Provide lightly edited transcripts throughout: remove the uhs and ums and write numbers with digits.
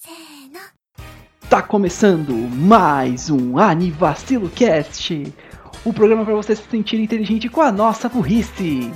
Tá começando mais um Anivacilo Cast, o programa para você se sentir inteligente com a nossa burrice.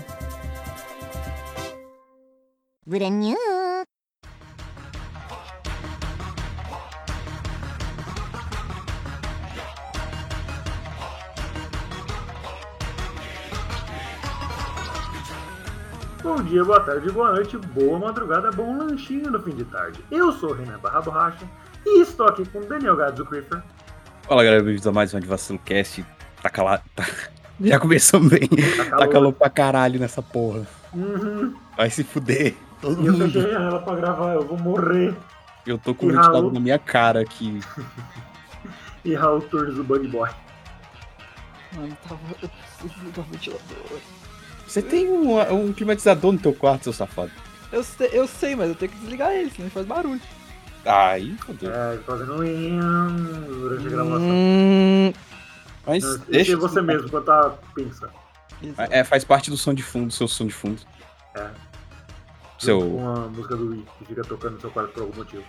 Bom dia, boa tarde, boa noite, boa madrugada, bom lanchinho no fim de tarde. Eu sou o Renan Barra Borracha e estou aqui com Daniel Gadzo Creeper. Fala galera, bem-vindos a mais um Anivacilo Cast. Tá calado. Já começamos bem. Tá calor pra caralho nessa porra. Vai se fuder. Todo E eu mundo. fechei ela pra gravar, eu vou morrer. Eu tô com E o ventilador Raul? na minha cara aqui. E Raul Turnes do Bug Boy. Mano, eu preciso ligar o ventilador. Você tem um climatizador no teu quarto, seu safado. Eu sei, mas eu tenho que desligar ele, senão ele faz barulho. Aí, fodeu. Fazendo durante a gravação. Mas Não, deixa. você mesmo, enquanto tá pensando. Faz parte do som de fundo, seu som de fundo. É. Seu. Com a música do Wii, que fica tocando no seu quarto por algum motivo.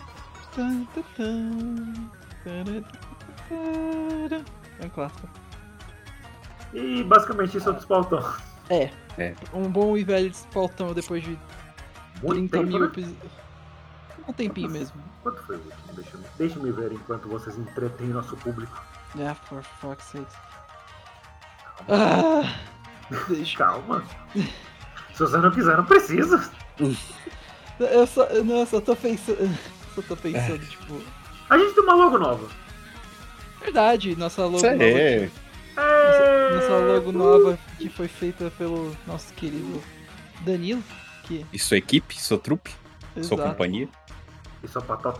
É um clássico. E basicamente isso é o Despaltão. É. É. Um bom e velho despaltão depois de Muito 30 tempo, mil né? episódios. Um tempinho mesmo. Quanto foi o último? Deixa-me ver enquanto vocês entretêm nosso público. Yeah, for fuck's sake. Ah, deixa. Calma. Se você não quiser, não precisa. Eu só tô pensando. Só tô pensando, tipo. A gente tem uma logo nova. Verdade, nossa logo Isso nova. aí. Nossa logo nova que foi feita pelo nosso querido Danilo. Que, E sua equipe, sua trupe, sua exato. companhia. E só patota.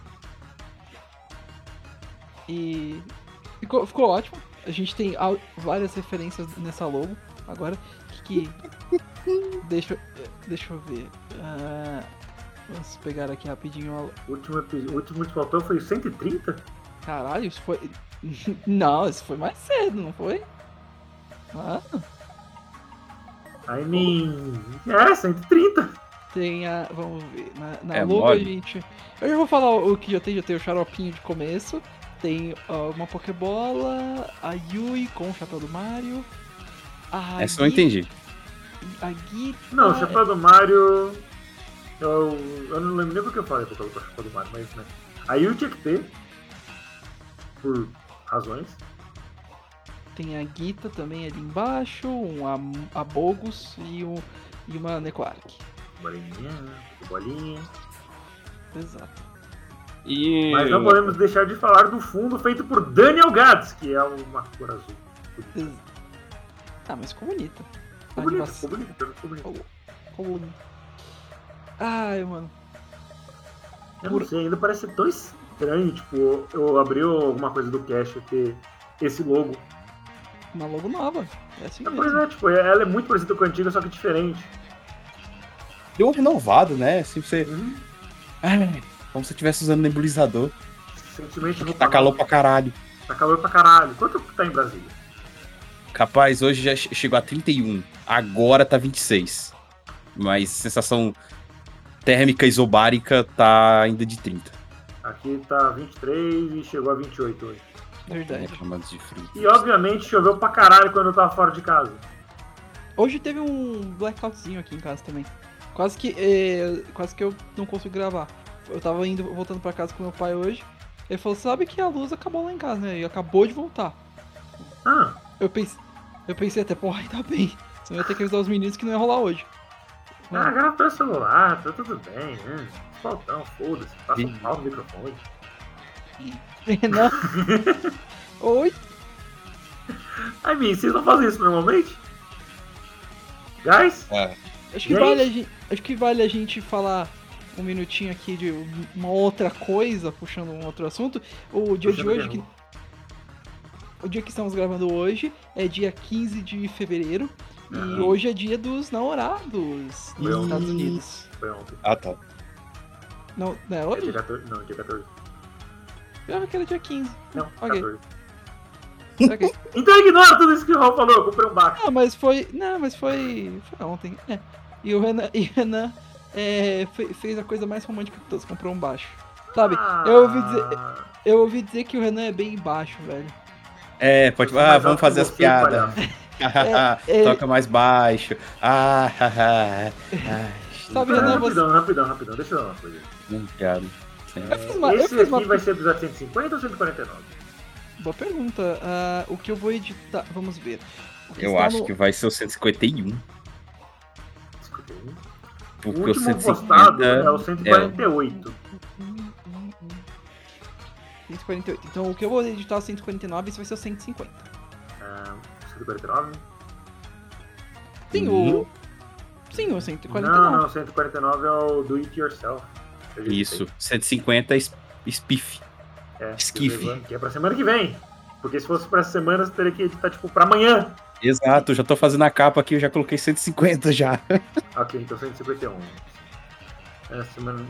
E ficou ótimo. A gente tem várias referências nessa logo. Agora, deixa eu ver. Vamos pegar aqui rapidinho. O último que faltou foi o 130? Caralho, isso foi. Não, isso foi mais cedo, não foi? I mean. 130. Tem a. Vamos ver. Na É logo mole. a gente. Eu já vou falar o que já tem o xaropinho de começo. Tem uma Pokébola, a Yui com o chapéu do Mario. Essa eu não entendi. A Gita. Não, o chapéu do Mario. Eu não lembro nem porque eu falei pra colocar o chapéu do Mario, mas né. Aí eu tinha que ter. Por razões. Tem a Gita também ali embaixo, a Bogus e uma Necoark. Bolinha. Exato. E. Mas não podemos deixar de falar do fundo feito por Daniel Gads, que é uma cor azul. Mas ficou bonita. Ficou bonito. Ficou bonito. Ai, mano. Eu não sei, ainda parece tão estranho, tipo, eu abri alguma coisa do cache ter esse logo. Uma logo nova. É assim Pois mesmo. é, tipo, ela é muito parecida com a antiga, só que diferente. Deu uma renovada, né? Assim você. Uhum. Como se você estivesse usando nebulizador. Recentemente Tá calor pra caralho. Tá calor pra caralho. Quanto que tá em Brasília? Capaz, hoje já chegou a 31. Agora tá 26. Mas sensação térmica isobárica tá ainda de 30. Aqui tá 23 e chegou a 28 hoje. Verdade. Reclamando de frio. E obviamente choveu pra caralho quando eu tava fora de casa. Hoje teve um blackoutzinho aqui em casa também. Quase que eu não consigo gravar. Eu tava voltando pra casa com meu pai hoje. Ele falou, sabe que a luz acabou lá em casa, né? E acabou de voltar. Ah, Eu pensei até, porra, ainda bem. Senão eu ia ter que avisar os meninos que não ia rolar hoje. grava pelo celular, tá tudo bem, né? Faltão, foda-se, passa um pau no microfone. Renan. Oi? I mean, vocês não fazem isso normalmente? Guys? Acho que vale a gente falar um minutinho aqui de uma outra coisa, puxando um outro assunto. O dia que estamos gravando hoje é dia 15 de fevereiro. E hoje é dia dos namorados nos Estados Unidos. Foi ontem. Ah, tá. Não é hoje? Dia 14. Não, dia 14. Eu achava que era dia 15. Não, Ok. 14. Ok. Então ignora tudo isso que o Raul falou, eu comprei um baixo. Mas foi ontem. E o Renan fez a coisa mais romântica de todos, comprou um baixo. Sabe? Eu ouvi dizer que o Renan é bem baixo, velho. Pode. Eu sou mais Vamos alto fazer que as você, piadas. É, Toca mais baixo. Sabe, Não, Renan, você. rapidão. Deixa eu dar uma coisa. Não quero. Eu Esse fiz uma aqui vai ser episódio 150 ou 149? boa pergunta. O que eu vou editar. Vamos ver. O que Eu está acho que vai ser o 151. 51. Porque O o último 150 postado é o é 148. 148. Então o que eu vou editar é o 149 e esse vai ser o 150. 149? Sim, Hum? Sim, o 149. Não, 149 é o Do It Yourself. Eu já Isso. editei. 150 é Spiff. Esquife. Que é pra semana que vem. Porque se fosse pra essa semana, você teria que editar, tipo, pra amanhã. Exato, já tô fazendo a capa aqui, eu já coloquei 150 já. Ok, então 151. Semana.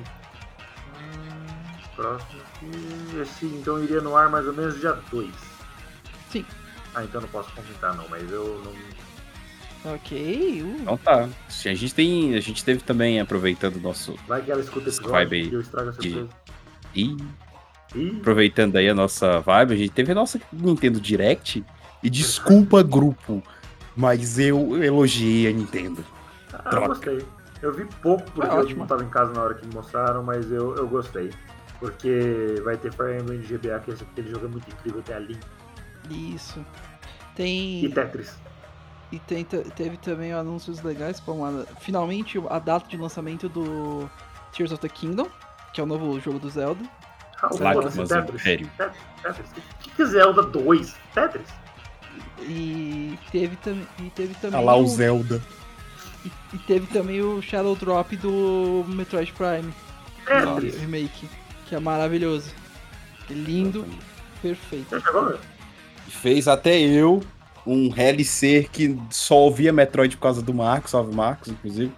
Próximo aqui. Esse então iria no ar mais ou menos dia 2. Sim. Então não posso comentar não, mas eu não. Ok. Então tá. A gente teve também, aproveitando o nosso. Vai que ela escuta Essa episódio vibe aí e eu estrago a surpresa. E Ih, aproveitando aí a nossa vibe, a gente teve a nossa Nintendo Direct. E desculpa, grupo, mas eu elogiei a Nintendo. eu Droga. gostei. Eu vi pouco porque eu ótimo. não tava em casa na hora que me mostraram, mas eu gostei. Porque vai ter Fire Emblem de GBA, que aquele jogo é muito incrível, tem a Link Isso. e Tem. Tetris. E teve também anúncios legais, como finalmente a data de lançamento do Tears of the Kingdom, que é o novo jogo do Zelda. Foda-se, Lágrimas do Tetris. Império. Tetris. O que é Zelda 2? Tetris? E teve também. Tá lá o Zelda. E teve também o Shadow Drop do Metroid Prime. Tetris. O remake. Que é maravilhoso. É lindo, perfeito. Você chegou, meu? Fez até eu um LC que só ouvia Metroid por causa do Marcos, salve Marcos, inclusive.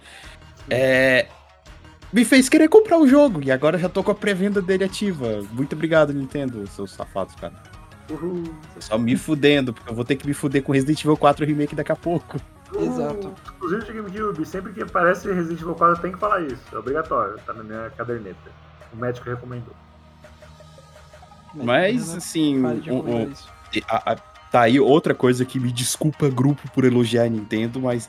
Me fez querer comprar o jogo e agora já tô com a pré-venda dele ativa. Muito obrigado, Nintendo, seus safados, cara. Uhul. Só me fudendo, porque eu vou ter que me fuder com Resident Evil 4 Remake daqui a pouco. Exato. Inclusive de GameCube, sempre que aparece Resident Evil 4 tem que falar isso. É obrigatório, tá na minha caderneta. O médico recomendou. Mas, Renan, assim, pare de recomendar isso. tá aí outra coisa que me desculpa, grupo, por elogiar a Nintendo, mas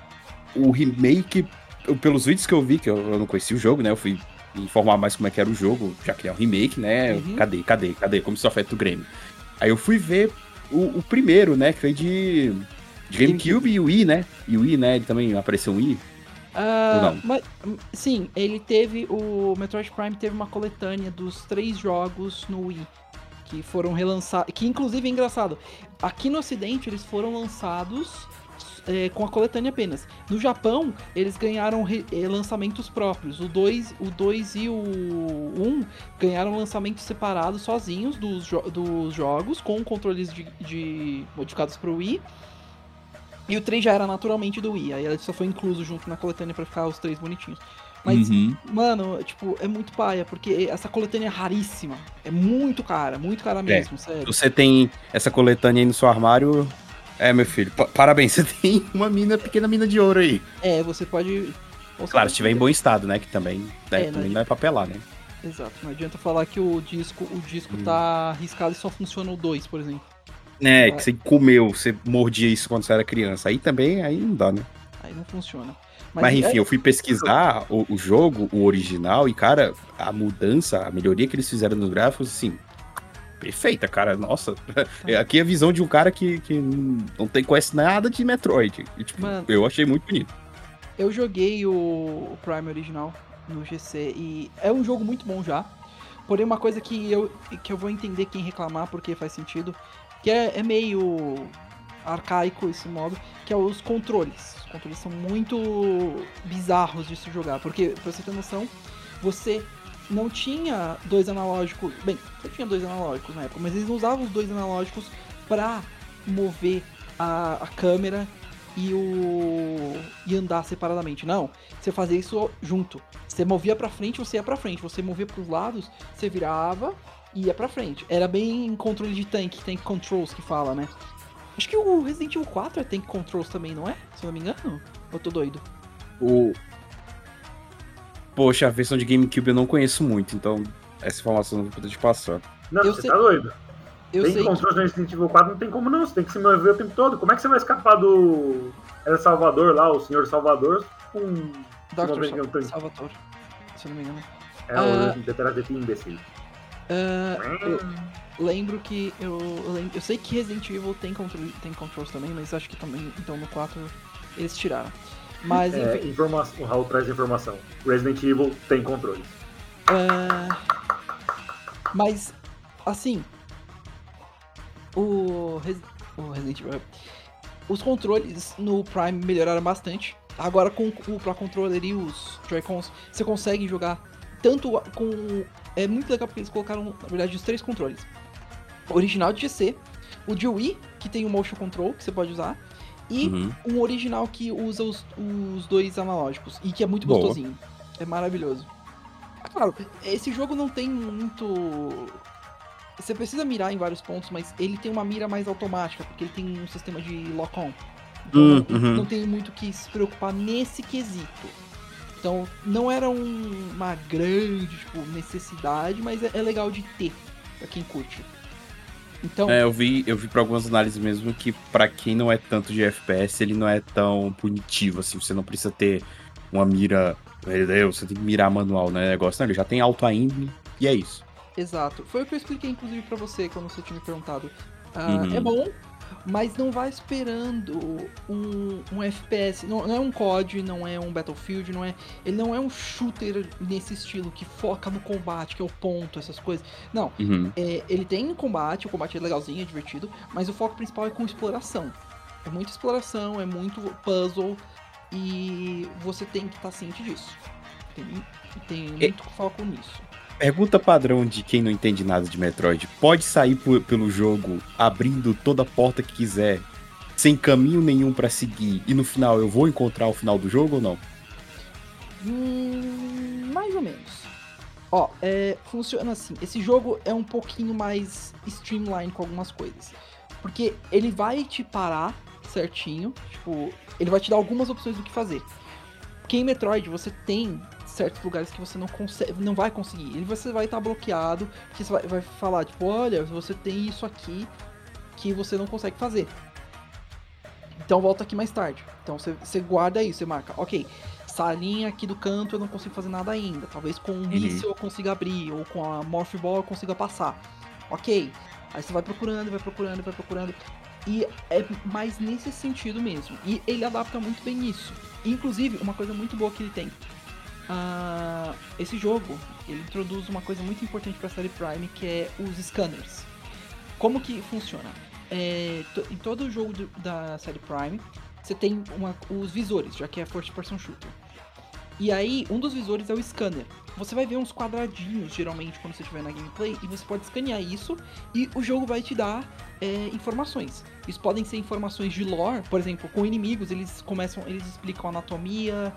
o remake, pelos vídeos que eu vi, que eu não conhecia o jogo, né? Eu fui informar mais como é que era o jogo, já que é um remake, né? Uhum. Cadê? Como isso afeta o Grêmio? Aí eu fui ver o primeiro, né? Que foi de GameCube e Wii, né? E o Wii, né? Ele também apareceu um Wii. Ou não? Mas, sim, ele teve. O Metroid Prime teve uma coletânea dos 3 jogos no Wii. Que foram relançados. Que inclusive é engraçado. Aqui no Ocidente eles foram lançados com a coletânea apenas. No Japão, eles ganharam lançamentos próprios. O 2 e o 1 ganharam lançamentos separados sozinhos dos jogos, com controles modificados para o Wii. E o 3 já era naturalmente do Wii, aí ele só foi incluso junto na coletânea pra ficar os 3 bonitinhos. Mas, mano, tipo, é muito paia, porque essa coletânea é raríssima. É muito cara mesmo, sério. Você tem essa coletânea aí no seu armário. Meu filho, parabéns, você tem uma pequena mina de ouro aí. Você pode. Claro, se estiver em bom estado, né? Que também, também não é papelar, né? Exato, não adianta falar que o disco tá arriscado e só funciona o 2, por exemplo. Que você comeu, você mordia isso quando você era criança. Aí também, aí não dá, né? Aí não funciona. Mas enfim, eu fui pesquisar o jogo, o original, e, cara, a mudança, a melhoria que eles fizeram nos gráficos, assim, perfeita, cara. Nossa, aqui é a visão de um cara que não conhece nada de Metroid. E, tipo, Mano, eu achei muito bonito. Eu joguei o Prime original no GC e é um jogo muito bom já. Porém, uma coisa que eu vou entender quem reclamar, porque faz sentido, que é meio arcaico esse modo, que é os controles. Os controles são muito bizarros de se jogar, porque, pra você ter noção, você não tinha 2 analógicos. Bem, você tinha 2 analógicos na época, mas eles não usavam os 2 analógicos pra mover a câmera e andar separadamente. Não, você fazia isso junto. Você movia pra frente, você ia pra frente. Você movia pros lados, você virava e ia pra frente. Era bem controle de tank controls que fala, né? Acho que o Resident Evil 4 é tank controls também, não é? Se eu não me engano. Ou eu tô doido? Poxa, a versão de GameCube eu não conheço muito, então Essa informação não vou poder te passar. Não, Eu você sei- tá doido. Eu Tem sei que... controles no Resident Evil 4, não tem como não. Você tem que se mover o tempo todo. Como é que você vai escapar do El Salvador lá, o Senhor Salvador, com se Dr. mover tanto? Salvatore, se eu não me engano. É o detrás de ti, imbecil. Eu lembro que... Eu sei que Resident Evil tem controles também, mas acho que também, então no 4 eles tiraram. Mas, enfim... O Raul traz informação. Resident Evil tem controles. Mas, assim... O Resident Evil... Os controles no Prime melhoraram bastante. Agora com o Pro Controller e os Joy-Cons, você consegue jogar tanto com... É muito legal porque eles colocaram, na verdade, os 3 controles. O original de GC, o de Wii, que tem o Motion Control, que você pode usar, e um original que usa os 2 analógicos, e que é muito Boa. gostosinho. É maravilhoso. Claro, esse jogo não tem muito... Você precisa mirar em vários pontos, mas ele tem uma mira mais automática, porque ele tem um sistema de lock-on. Então não tem muito que se preocupar nesse quesito. Então não era uma grande necessidade, mas é legal de ter, pra quem curte. Então, eu vi pra algumas análises mesmo que pra quem não é tanto de FPS, ele não é tão punitivo, assim, você não precisa ter uma mira, meu Deus, você tem que mirar manual, né, negócio, não, ele já tem auto aim e é isso. exato. Foi o que eu expliquei, inclusive, pra você quando você tinha me perguntado. Uhum. É bom, mas não vai esperando um FPS. Não é um COD, não é um Battlefield, ele não é um shooter nesse estilo que foca no combate, que é o ponto, essas coisas. Não. Ele tem combate, o combate é legalzinho, é divertido, mas o foco principal é com exploração. É muita exploração, é muito puzzle, e você tem que estar ciente disso. Tem muito foco nisso. Pergunta padrão de quem não entende nada de Metroid. Pode sair pelo jogo abrindo toda a porta que quiser, sem caminho nenhum pra seguir, e no final eu vou encontrar o final do jogo ou não? Mais ou menos. Ó, funciona assim. Esse jogo é um pouquinho mais streamline com algumas coisas. Porque ele vai te parar certinho. Tipo, ele vai te dar algumas opções do que fazer. Porque em Metroid você tem certos lugares que você não vai conseguir. E você vai estar bloqueado. Porque você vai falar, tipo, olha, você tem isso aqui que você não consegue fazer. Então volta aqui mais tarde. Então você guarda isso, você marca, ok, salinha aqui do canto eu não consigo fazer nada ainda. Talvez com um míssil eu consiga abrir, ou com a Morph Ball eu consiga passar. Ok. Aí você vai procurando, vai procurando, vai procurando. E é mais nesse sentido mesmo. E ele adapta muito bem isso. Inclusive, uma coisa muito boa que ele tem. Esse jogo, ele introduz uma coisa muito importante para a série Prime, que é os scanners. Como que funciona? Em todo jogo da série Prime, você tem os visores, já que é First Person Shooter. E aí, um dos visores é o scanner. Você vai ver uns quadradinhos, geralmente, quando você estiver na gameplay, e você pode escanear isso, e o jogo vai te dar informações. Isso podem ser informações de lore, por exemplo, com inimigos, eles explicam anatomia,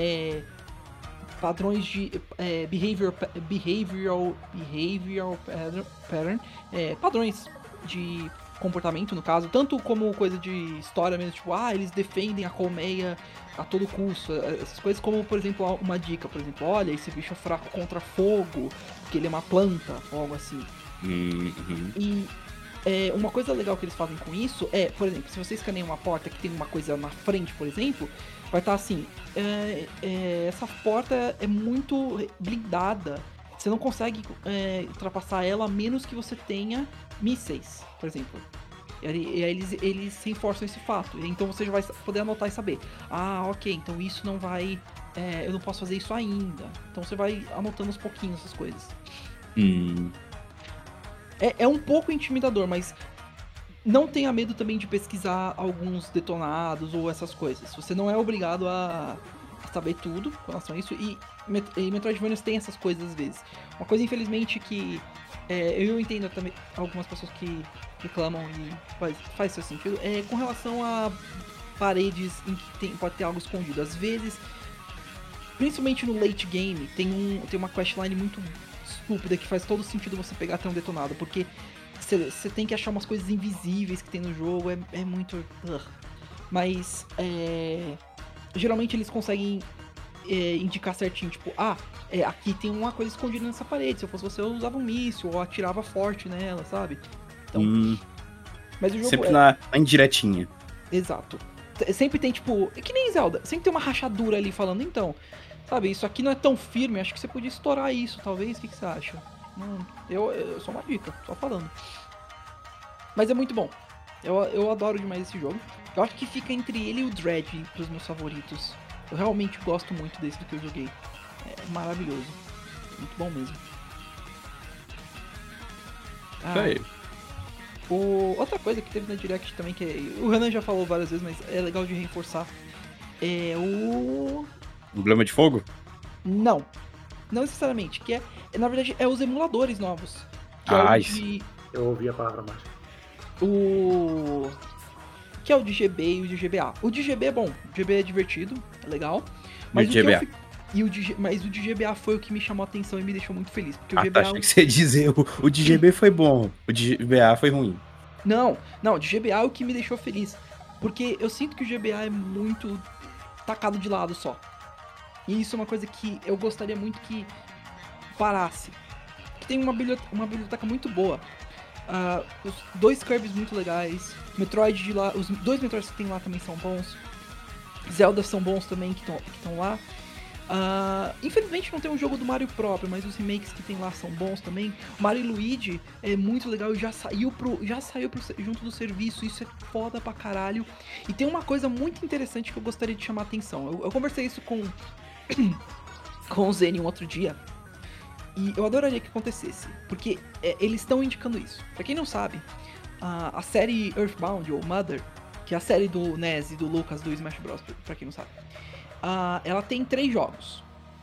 padrões de behavioral pattern, padrões de comportamento, no caso, tanto como coisa de história mesmo, tipo, eles defendem a colmeia a todo custo, essas coisas, como, por exemplo, uma dica, por exemplo, olha, esse bicho é fraco contra fogo, porque ele é uma planta, ou algo assim. E uma coisa legal que eles fazem com isso é, por exemplo, se você escaneia uma porta que tem uma coisa na frente, por exemplo, vai estar assim, essa porta é muito blindada, você não consegue ultrapassar ela a menos que você tenha mísseis, por exemplo. E aí eles reforçam esse fato. Então você já vai poder anotar e saber. Ok, então isso não vai... eu não posso fazer isso ainda. Então você vai anotando aos pouquinhos essas coisas. É um pouco intimidador, mas não tenha medo também de pesquisar alguns detonados ou essas coisas. Você não é obrigado a saber tudo com relação a isso. E Metroidvanias tem essas coisas às vezes. Uma coisa, infelizmente, que eu entendo também algumas pessoas que reclamam e faz seu sentido, é com relação a paredes em que pode ter algo escondido. Às vezes, principalmente no late game, tem uma questline muito estúpida que faz todo sentido você pegar até um detonado, porque você tem que achar umas coisas invisíveis que tem no jogo, é muito... Mas, geralmente eles conseguem indicar certinho, tipo, aqui tem uma coisa escondida nessa parede. Se eu fosse você, eu usava um míssil ou atirava forte nela, sabe? Então, mas o jogo Sempre na indiretinha. Exato. Sempre tem, tipo, é que nem Zelda, sempre tem uma rachadura ali falando, então, sabe, isso aqui não é tão firme, acho que você podia estourar isso, talvez, o que você acha? Só uma dica, só falando. Mas é muito bom. Eu adoro demais esse jogo. Eu acho que fica entre ele e o Dread pros meus favoritos. Eu realmente gosto muito desse do que eu joguei. É maravilhoso. Muito bom mesmo. Isso aí. Outra coisa que teve na Direct também, que o Renan já falou várias vezes, mas é legal de reforçar, é o... Emblema de fogo? Não necessariamente, que na verdade, é os emuladores novos. Que Eu ouvi a palavra mágica. Que é o de GB e o de GBA. O de GB é bom, o de GB é divertido, é legal. Mas o de GBA? Mas o de GBA foi o que me chamou a atenção e me deixou muito feliz. Porque o GBA... Tá, achei que você ia dizer, o de GB foi bom, o de GBA foi ruim. Não, o de GBA é o que me deixou feliz. Porque eu sinto que o GBA é muito tacado de lado só. E isso é uma coisa que eu gostaria muito que parasse. Que tem uma biblioteca muito boa. Os 2 Kirby's muito legais. Metroid de lá, os 2 Metroids que tem lá também são bons. Zelda são bons também que estão lá. Infelizmente não tem um jogo do Mario próprio, mas os remakes que tem lá são bons também. Mario e Luigi é muito legal e já saiu junto do serviço, isso é foda pra caralho. E tem uma coisa muito interessante que eu gostaria de chamar a atenção. Eu conversei isso com o Zen um outro dia, e eu adoraria que acontecesse, porque eles estão indicando isso. Pra quem não sabe, a série Earthbound, ou Mother, que é a série do NES e do Lucas do Smash Bros, pra quem não sabe, ela tem 3 jogos.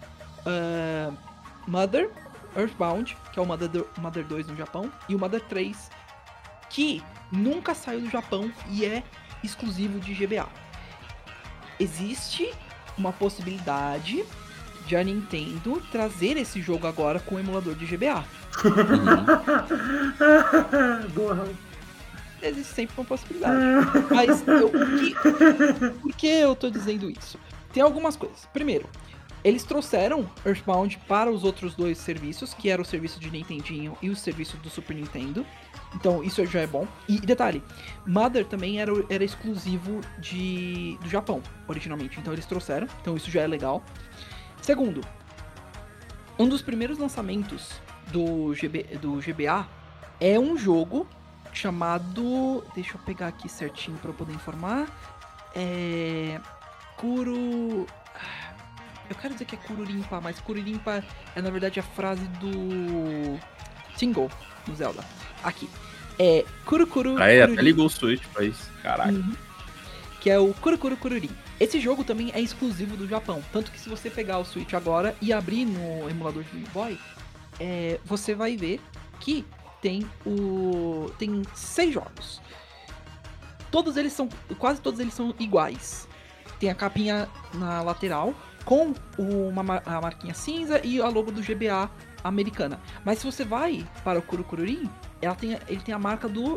Mother, Earthbound, que é o Mother 2 no Japão, e o Mother 3, que nunca saiu do Japão e é exclusivo de GBA. Existe uma possibilidade de a Nintendo trazer esse jogo agora com o emulador de GBA. Boa. Existe sempre uma possibilidade. Mas por que eu tô dizendo isso? Tem algumas coisas. Primeiro, eles trouxeram Earthbound para os outros 2 serviços, que era o serviço de Nintendinho e o serviço do Super Nintendo. Então isso já é bom. E detalhe, Mother também era exclusivo do Japão, originalmente. Então eles trouxeram, então isso já é legal. Segundo, um dos primeiros lançamentos do GBA é um jogo chamado... Deixa eu pegar aqui certinho para eu poder informar. Eu quero dizer que é Kururimpa, mas Kururimpa é na verdade a frase do Tingle no Zelda. Aqui. É Kurukuru Aí até Kururin. ligou o Switch pra isso. Caraca. Que é o Kurukuru Kururin. Esse jogo também é exclusivo do Japão. Tanto que se você pegar o Switch agora e abrir no emulador de Game Boy, você vai ver que tem 6 jogos. Quase todos eles são iguais. Tem a capinha na lateral com a marquinha cinza e a logo do GBA americana. Mas se você vai para o Kurukururin, ele tem a marca do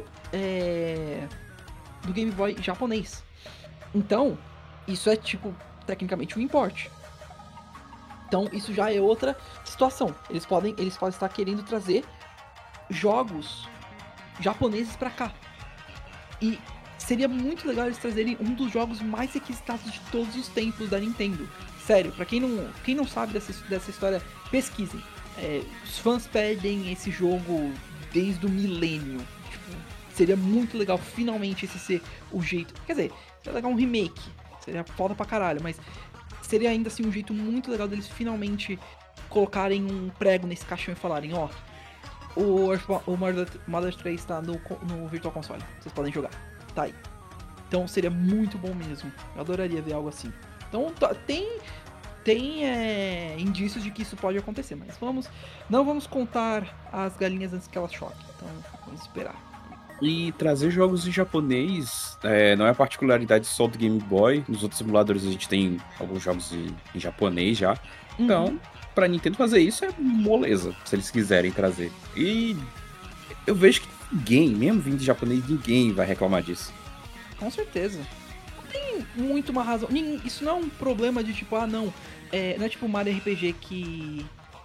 Game Boy japonês. Então, isso é tipo, tecnicamente um import. Então, isso já é outra situação. Eles podem estar querendo trazer jogos japoneses pra cá. E seria muito legal eles trazerem um dos jogos mais requisitados de todos os tempos da Nintendo. Sério, pra quem não sabe dessa história, pesquisem. Os fãs pedem esse jogo desde o milênio. Tipo, seria muito legal finalmente esse ser o jeito... Quer dizer, seria legal um remake. Seria foda pra caralho, mas seria ainda assim um jeito muito legal deles finalmente colocarem um prego nesse caixão e falarem, ó, o Mother 3 tá no Virtual Console, vocês podem jogar, tá aí. Então seria muito bom mesmo, eu adoraria ver algo assim. Então tem indícios de que isso pode acontecer, mas não vamos contar as galinhas antes que elas choquem, então vamos esperar. E trazer jogos em japonês não é a particularidade só do Game Boy. Nos outros emuladores a gente tem alguns jogos em japonês já. Então, pra Nintendo fazer isso é moleza, se eles quiserem trazer. E eu vejo que ninguém, mesmo vindo de japonês, ninguém vai reclamar disso. Com certeza. Não tem muito uma razão. Isso não é um problema de tipo, não, não é tipo o Mario RPG que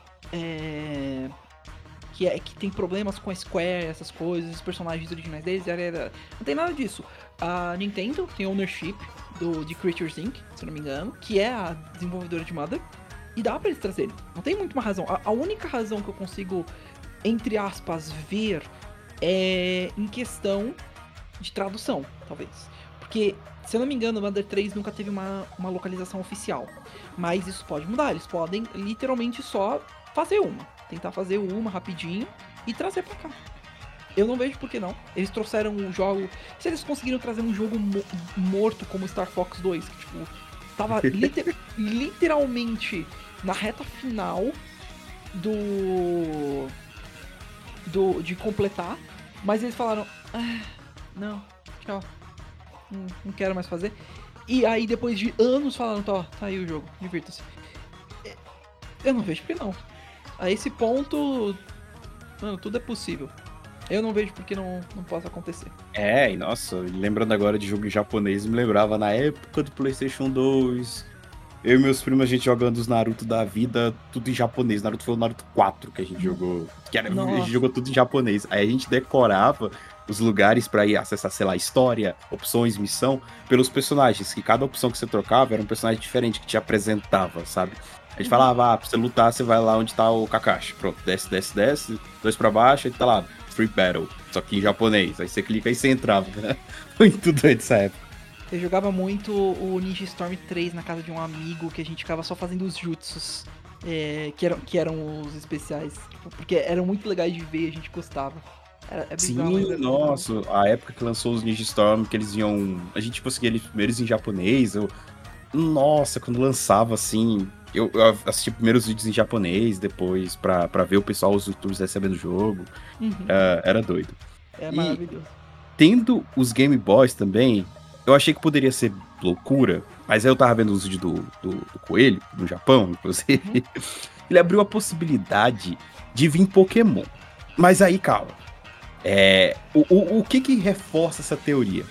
que tem problemas com a Square, essas coisas, os personagens originais deles, não tem nada disso. A Nintendo tem ownership de Creatures Inc., se eu não me engano, que é a desenvolvedora de Mother, e dá pra eles trazerem. Não tem muito uma razão. A única razão que eu consigo, entre aspas, ver é em questão de tradução, talvez. Porque, se eu não me engano, o Mother 3 nunca teve uma localização oficial. Mas isso pode mudar, eles podem literalmente só tentar fazer uma rapidinho e trazer pra cá. Eu não vejo por que não. Eles trouxeram um jogo. Se eles conseguiram trazer um jogo morto como Star Fox 2, que tipo, tava literalmente na reta final de completar, mas eles falaram: não, tchau, não quero mais fazer. E aí depois de anos falaram: tá aí o jogo, divirta-se. Eu não vejo por que não. A esse ponto, mano, tudo é possível. Eu não vejo por que não possa acontecer. E nossa, lembrando agora de jogo em japonês, me lembrava na época do PlayStation 2. Eu e meus primos, a gente jogando os Naruto da vida, tudo em japonês. Naruto foi o Naruto 4 que a gente jogou. A gente jogou tudo em japonês. Aí a gente decorava os lugares pra ir acessar, sei lá, história, opções, missão, pelos personagens. Que cada opção que você trocava era um personagem diferente que te apresentava, sabe? A gente falava, pra você lutar, você vai lá onde tá o Kakashi. Pronto, desce, 2 pra baixo, e tá lá, Free Battle. Só que em japonês. Aí você clica e você entrava, né? Foi tudo nessa época. Eu jogava muito o Ninja Storm 3 na casa de um amigo, que a gente ficava só fazendo os jutsus, que eram os especiais, tipo, porque eram muito legais de ver, a gente gostava. Bizarro, Sim, nossa, a época que lançou os Ninja Storm, que eles iam... A gente conseguia eles primeiros em japonês, Nossa, quando lançava, assim... Eu assisti primeiros vídeos em japonês, depois pra ver o pessoal, os youtubers recebendo o jogo. Era doido. Maravilhoso. Tendo os Game Boys também, eu achei que poderia ser loucura, mas aí eu tava vendo os vídeos do Coelho, no Japão, inclusive. Ele abriu a possibilidade de vir Pokémon. Mas aí, calma. O que reforça essa teoria?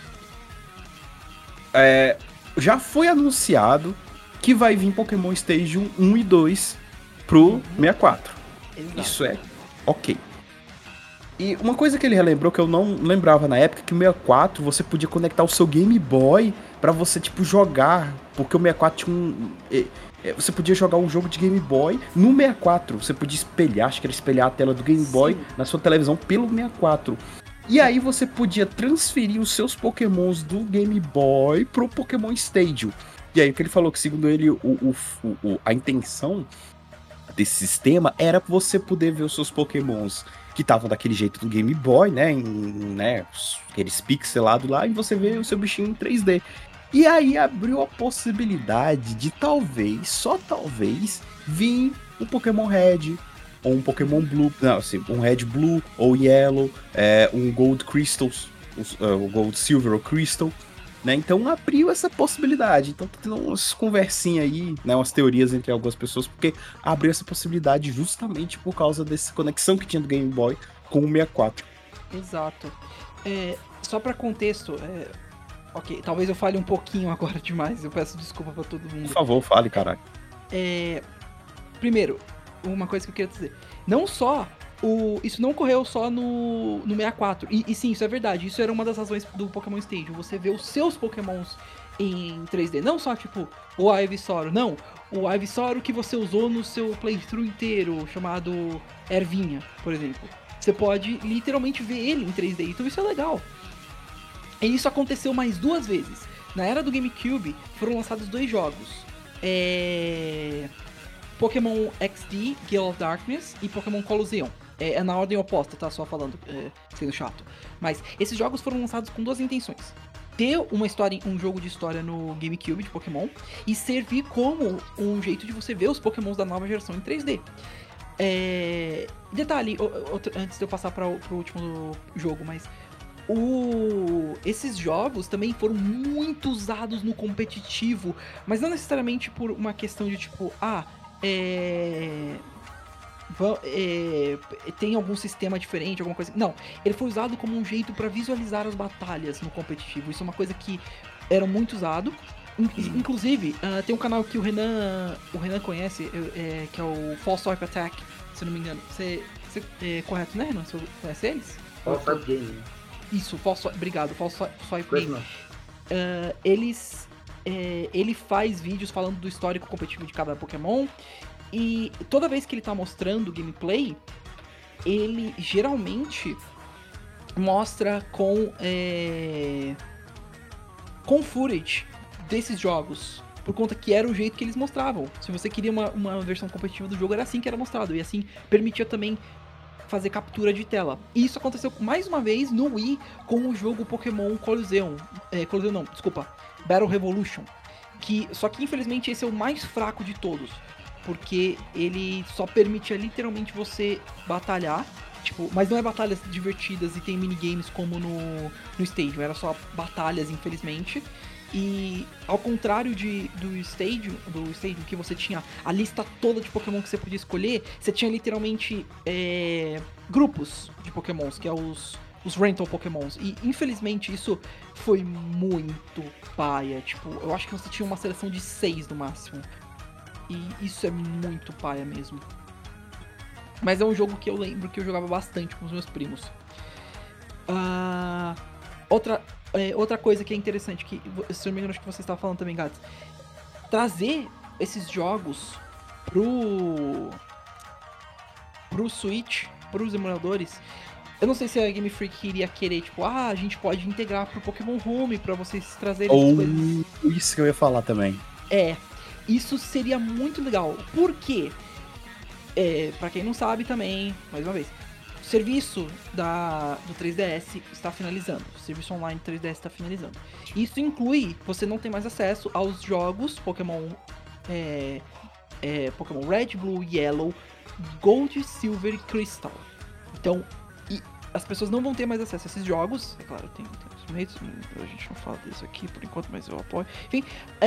Já foi anunciado que vai vir Pokémon Stadium 1 e 2 pro 64. Exato. Isso é ok. E uma coisa que ele relembrou que eu não lembrava na época, que o 64 você podia conectar o seu Game Boy pra você, tipo, jogar. Porque o 64 tinha você podia jogar um jogo de Game Boy no 64. Você podia espelhar, acho que era espelhar a tela do Game Boy na sua televisão pelo 64. E aí você podia transferir os seus Pokémons do Game Boy pro Pokémon Stadium. E aí o que ele falou, que segundo ele, a intenção desse sistema era você poder ver os seus Pokémons que estavam daquele jeito do Game Boy, né, aqueles pixelados lá, e você vê o seu bichinho em 3D. E aí abriu a possibilidade de talvez, só talvez, vir um Pokémon Red, ou um Pokémon Blue, não, assim, um Red Blue, ou Yellow, um Gold Crystals, o Gold Silver ou Crystal, né? Então abriu essa possibilidade. Então tá tendo umas conversinhas aí, né? Umas teorias entre algumas pessoas, porque abriu essa possibilidade justamente por causa dessa conexão que tinha do Game Boy com o 64. Exato. Só pra contexto, ok, talvez eu fale um pouquinho agora demais, eu peço desculpa pra todo mundo. Por favor, fale, caralho. Primeiro, uma coisa que eu queria dizer. Não só isso não ocorreu só no 64. E sim, isso é verdade. Isso era uma das razões do Pokémon Stadium. Você vê os seus Pokémons em 3D. Não só, tipo, o Ivysaur. Não. O Ivysaur que você usou no seu playthrough inteiro, chamado Ervinha, por exemplo. Você pode literalmente ver ele em 3D. Então isso é legal. E isso aconteceu mais 2 vezes. Na era do GameCube, foram lançados 2 jogos. Pokémon XD, Gale of Darkness e Pokémon Colosseum. É na ordem oposta, tá? Só falando, sendo chato. Mas esses jogos foram lançados com 2 intenções. Ter um jogo de história no GameCube de Pokémon e servir como um jeito de você ver os Pokémons da nova geração em 3D. Detalhe, antes de eu passar para o último jogo, mas esses jogos também foram muito usados no competitivo, mas não necessariamente por uma questão de tipo, tem algum sistema diferente, alguma coisa. Não, ele foi usado como um jeito para visualizar as batalhas no competitivo. Isso é uma coisa que era muito usado. Inclusive, tem um canal que o Renan conhece, que é o False Swipe Attack, se eu não me engano. Você é correto, né, Renan? Você conhece eles? False Swipe Game. Isso, obrigado, False Swipe Conheço Game. não. Ele faz vídeos falando do histórico competitivo de cada Pokémon. E toda vez que ele tá mostrando gameplay, ele geralmente mostra com footage desses jogos. Por conta que era o jeito que eles mostravam. Se você queria uma versão competitiva do jogo, era assim que era mostrado. E assim, permitia também fazer captura de tela. E isso aconteceu mais uma vez no Wii com o jogo Pokémon Colosseum. Colosseum não, desculpa. Battle Revolution. Só que infelizmente esse é o mais fraco de todos. Porque ele só permitia literalmente você batalhar. Tipo, mas não é batalhas divertidas e tem minigames como no Stadium. Era só batalhas, infelizmente. E ao contrário do Stadium, que você tinha a lista toda de Pokémon que você podia escolher, você tinha literalmente grupos de Pokémons, que é os Rental Pokémons. E infelizmente isso foi muito paia. Tipo, eu acho que você tinha uma seleção de 6 no máximo. E isso é muito paia mesmo. Mas é um jogo que eu lembro que eu jogava bastante com os meus primos. Outra coisa que é interessante, que se eu não me engano, acho que você estava falando também, Gats. Trazer esses jogos pro Switch, pros emuladores. Eu não sei se a Game Freak iria querer, tipo, a gente pode integrar pro Pokémon Home pra vocês trazerem Ou coisas. isso que eu ia falar também. Isso seria muito legal. Por quê? Pra quem não sabe também, mais uma vez, o serviço do 3DS está finalizando. O serviço online do 3DS está finalizando. Isso inclui você não ter mais acesso aos jogos Pokémon Pokémon Red, Blue, Yellow, Gold, Silver e Crystal. Então, as pessoas não vão ter mais acesso a esses jogos. É claro, tem os meios, a gente não fala disso aqui por enquanto, mas eu apoio. Enfim,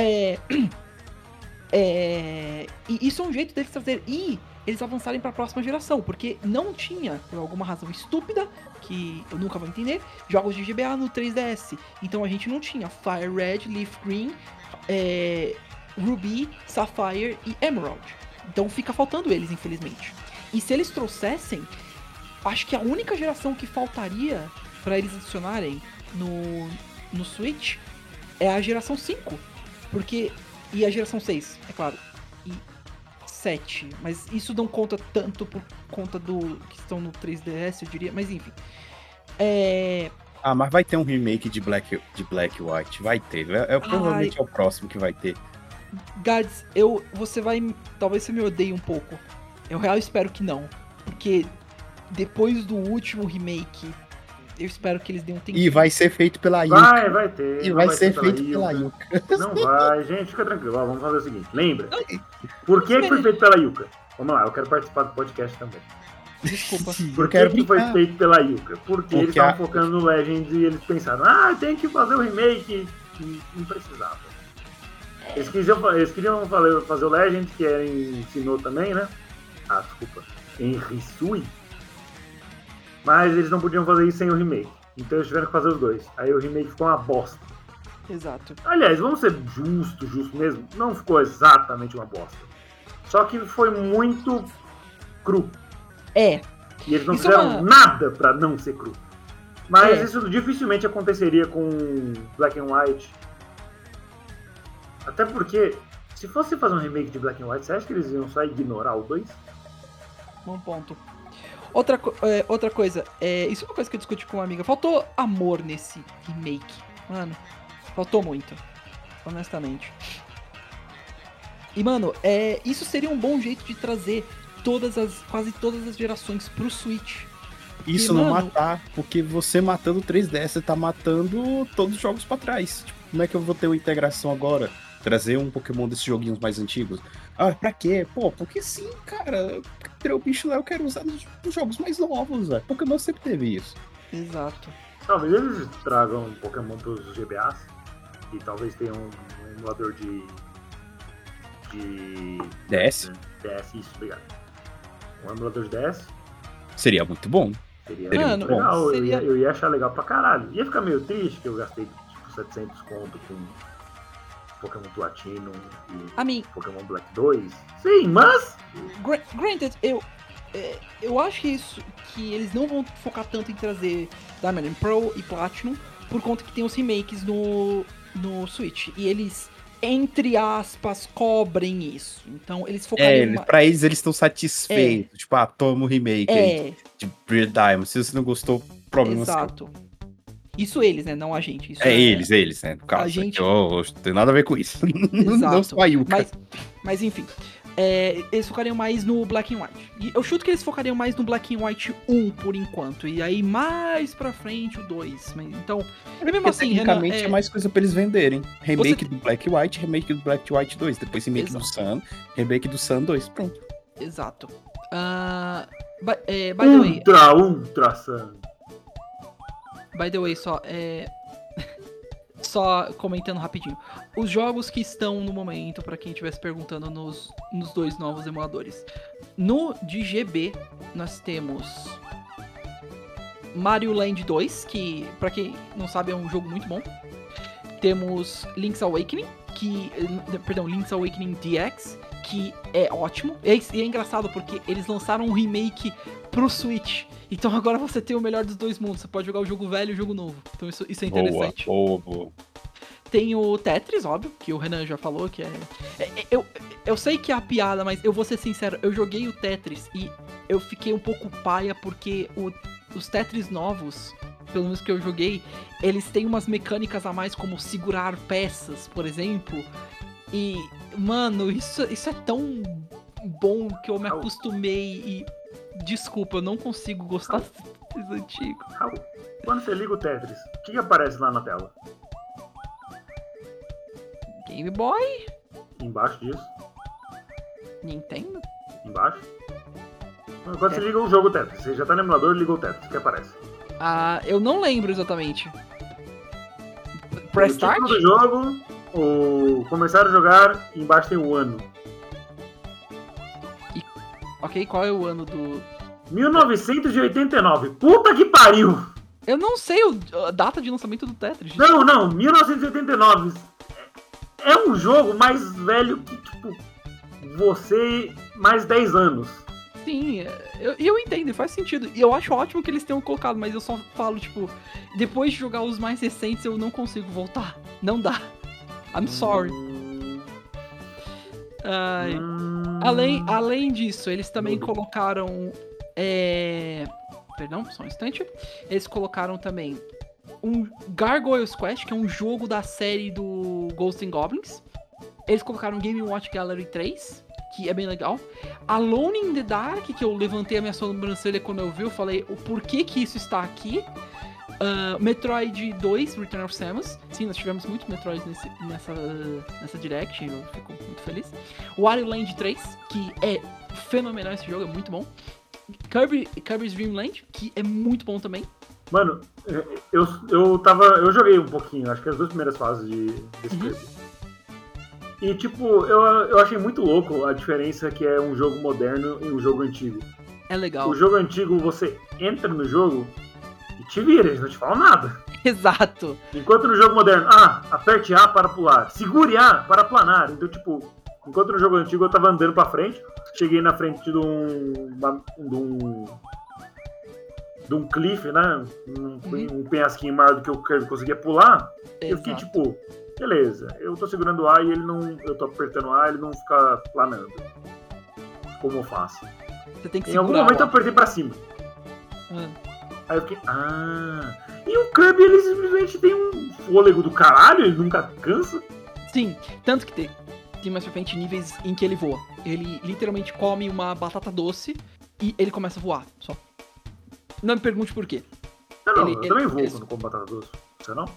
e isso é um jeito deles trazer e eles avançarem para a próxima geração, porque não tinha, por alguma razão estúpida, que eu nunca vou entender, jogos de GBA no 3DS. Então a gente não tinha Fire Red, Leaf Green, Ruby, Sapphire e Emerald. Então fica faltando eles, infelizmente. E se eles trouxessem, acho que a única geração que faltaria para eles adicionarem no Switch é a geração 5. E a geração 6, é claro. E 7. Mas isso não conta tanto por conta do que estão no 3DS, eu diria. Mas enfim. Mas vai ter um remake de Black White. Vai ter. Provavelmente é o próximo que vai ter. Gads, talvez você me odeie um pouco. Eu real espero que não. Porque depois do último remake, eu espero que eles dêem um tempinho. E vai ser feito pela Yuka. Vai ter. E vai ser feito pela Yuka. Não vai, gente, fica tranquilo. Ó, vamos fazer o seguinte, lembra? Por que foi feito pela Yuka? Vamos lá, eu quero participar do podcast também. Desculpa. Por que foi feito pela Yuka? Porque eles estavam focando no Legends e eles pensaram, tem que fazer o remake. E não precisava. Eles queriam fazer o Legends, que era em Sinnoh também, né? Desculpa. Em Hisui. Mas eles não podiam fazer isso sem o remake. Então eles tiveram que fazer os dois. Aí o remake ficou uma bosta. Exato. Aliás, vamos ser justo mesmo. Não ficou exatamente uma bosta. Só que foi muito cru. E eles não fizeram nada pra não ser cru. Mas isso dificilmente aconteceria com Black and White. Até porque, se fosse fazer um remake de Black and White, você acha que eles iam só ignorar o 2? Bom ponto. Outra coisa, isso é uma coisa que eu discuti com uma amiga. Faltou amor nesse remake. Mano, faltou muito. Honestamente. E, mano, isso seria um bom jeito de trazer quase todas as gerações pro Switch. Isso não matar, porque você matando o 3DS, você tá matando todos os jogos pra trás. Tipo, como é que eu vou ter uma integração agora? Trazer um Pokémon desses joguinhos mais antigos? Pra quê? Porque sim, cara. O bicho lá eu quero usar nos jogos mais novos, velho. Pokémon sempre teve isso. Exato. Talvez eles tragam Pokémon pros GBAs. E talvez tenha um emulador de DS? DS, isso, obrigado. Um emulador de DS. Seria muito bom. Seria muito legal. Eu ia achar legal pra caralho. Ia ficar meio triste que eu gastei tipo 700 conto com Pokémon Platino e Pokémon Black 2. Sim, mas... Granted, eu acho que eles não vão focar tanto em trazer Diamond and Pearl e Platinum, por conta que tem os remakes no Switch. E eles, entre aspas, cobrem isso. Então, eles focariam... Pra eles estão satisfeitos. Tipo, toma o remake aí de Brilliant Diamond. Se você não gostou, problema Exato. Isso eles, né? Não a gente. Isso eles, né? No caso, a gente... não tem nada a ver com isso. Exato. Não só a Yuka. Mas enfim... eles focariam mais no Black and White. E eu chuto que eles focariam mais no Black and White 1 por enquanto. E aí mais pra frente o 2. Então, mesmo assim, tecnicamente Renan, é mais coisa pra eles venderem. Remake do Black White, remake do Black White 2. Depois remake do Sun, remake do Sun 2. Pronto. Exato. By the way... Ultra Sun. By the way, só comentando rapidinho. Os jogos que estão no momento, pra quem estivesse perguntando, nos 2 novos emuladores. No de GB, nós temos Mario Land 2, que, pra quem não sabe, é um jogo muito bom. Temos Link's Awakening, Link's Awakening DX, que é ótimo. E é engraçado porque eles lançaram um remake pro Switch. Então agora você tem o melhor dos 2 mundos. Você pode jogar o jogo velho e o jogo novo. Então isso é interessante. Boa. Tem o Tetris, óbvio, que o Renan já falou, que eu sei que é a piada, mas eu vou ser sincero, eu joguei o Tetris e eu fiquei um pouco paia porque os Tetris novos, pelo menos que eu joguei, eles têm umas mecânicas a mais, como segurar peças, por exemplo. E, mano, isso é tão bom que eu me acostumei e... Desculpa, eu não consigo gostar desses antigos. Quando você liga o Tetris, o que aparece lá na tela? Game Boy? Embaixo disso? Nintendo? Embaixo? Quando você liga o jogo Tetris, você já tá no emulador e liga o Tetris, o que aparece? Eu não lembro exatamente. Press Start? O título do jogo, o começar a jogar, e embaixo tem o ano. Ok, qual é o ano do... 1989. Puta que pariu! Eu não sei a data de lançamento do Tetris. Não, 1989. É um jogo mais velho que, tipo, você mais 10 anos. Sim, eu entendo, faz sentido. E eu acho ótimo que eles tenham colocado, mas eu só falo, tipo, depois de jogar os mais recentes, eu não consigo voltar. Não dá. I'm sorry. Além disso, eles também colocaram... Perdão, só um instante. Eles colocaram também um Gargoyles Quest, que é um jogo da série do Ghosts and Goblins. Eles colocaram Game Watch Gallery 3, que é bem legal. Alone in the Dark, que eu levantei a minha sobrancelha quando eu vi, eu falei o porquê que isso está aqui. Metroid 2, Return of Samus. Sim, nós tivemos muitos Metroids nessa Direct, eu fico muito feliz. Wario Land 3, que é fenomenal esse jogo, é muito bom. Kirby's Dream Land, que é muito bom também. Mano, eu joguei um pouquinho, acho que as 2 primeiras fases desse Kirby. E tipo, eu achei muito louco a diferença que é um jogo moderno e um jogo antigo. É legal. O jogo antigo, você entra no jogo e te vira, eles não te falam nada. Exato. Enquanto no jogo moderno, aperte A para pular, segure A para planar. Então, tipo, enquanto no jogo antigo eu tava andando pra frente, cheguei na frente de um cliff, né? Um penhasquinho maior do que o Kirby conseguia pular. Exato. Eu fiquei tipo, beleza, eu tô segurando A e eu tô apertando A e ele não fica planando. Como eu faço? Você tem que em algum momento eu apertei pra cima. Aí eu fiquei, e o Kirby, ele simplesmente tem um fôlego do caralho, ele nunca cansa. Sim, tanto que tem mais pra frente níveis em que ele voa. Ele literalmente come uma batata doce e ele começa a voar, só. Não me pergunte por quê. Eu também vou quando como batata doce, você não?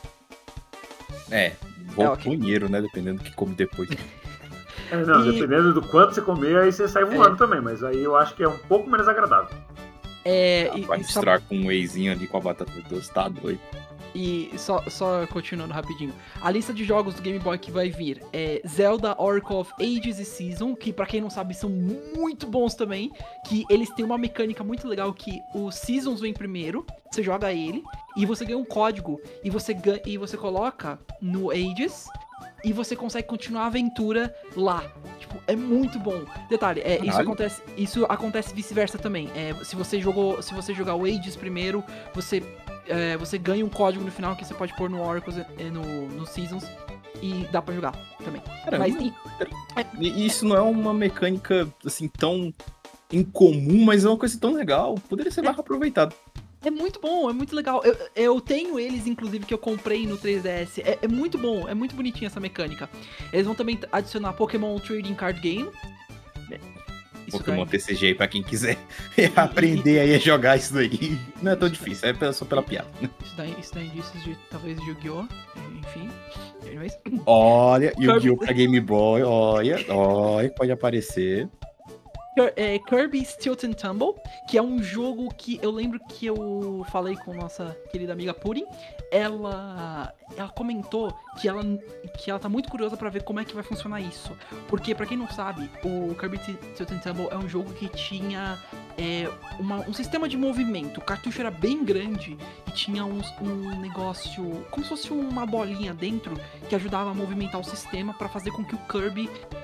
Vou pro banheiro, né, dependendo do que come depois. Dependendo do quanto você comer, aí você sai voando também, mas aí eu acho que é um pouco menos agradável. Vai misturar com um wheyzinho ali com a batata doce, tá doido. E só continuando rapidinho, a lista de jogos do Game Boy que vai vir é Zelda, Oracle of Ages e Season, que pra quem não sabe são muito bons também, que eles têm uma mecânica muito legal que o Seasons vem primeiro, você joga ele, e você ganha um código, e você coloca no Ages, e você consegue continuar a aventura lá. Tipo, é muito bom. Detalhe, isso acontece vice-versa também. Se você jogar o Ages primeiro, você ganha um código no final que você pode pôr no Oracles, no Seasons, e dá pra jogar também. Caramba, isso não é uma mecânica, assim, tão incomum, mas é uma coisa tão legal. Poderia ser mais aproveitado. É muito bom, é muito legal. Eu tenho eles, inclusive, que eu comprei no 3DS. É muito bom, é muito bonitinha essa mecânica. Eles vão também adicionar Pokémon Trading Card Game. Pokémon TCG aí pra quem quiser aprender aí a jogar isso daí. Não é tão difícil, é só pela piada. Isso dá indícios de, talvez, de Yu-Gi-Oh! Enfim. Anyways. Olha, Yu-Gi-Oh! Pra Game Boy, olha, pode aparecer. Kirby Tilt and Tumble, que é um jogo que eu lembro que eu falei com nossa querida amiga Purin. Ela comentou que ela tá muito curiosa pra ver como é que vai funcionar isso. Porque, pra quem não sabe, o Kirby Tilt and Tumble é um jogo que tinha um sistema de movimento. O cartucho era bem grande e tinha um negócio, como se fosse uma bolinha dentro, que ajudava a movimentar o sistema pra fazer com que o Kirby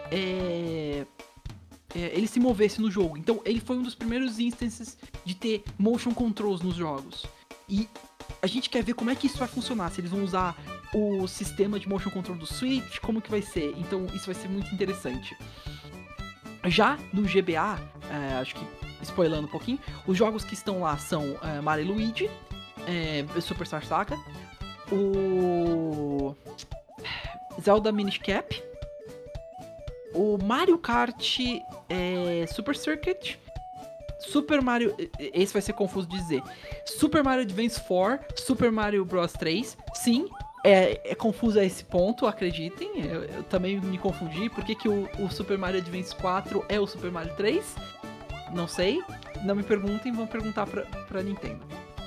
ele se movesse no jogo. Então ele foi um dos primeiros instances de ter motion controls nos jogos. E a gente quer ver como é que isso vai funcionar, se eles vão usar o sistema de motion control do Switch, como que vai ser. Então isso vai ser muito interessante. Já no GBA, acho que spoilando um pouquinho, os jogos que estão lá são Mario e Luigi, Superstar Saga, o Zelda Minish Cap, o Mario Kart Super Circuit, Super Mario... Esse vai ser confuso de dizer. Super Mario Advance 4, Super Mario Bros 3. Sim, é confuso a esse ponto, acreditem. Eu também me confundi. Por que o Super Mario Advance 4 é o Super Mario 3? Não sei. Não me perguntem, vão perguntar pra Nintendo.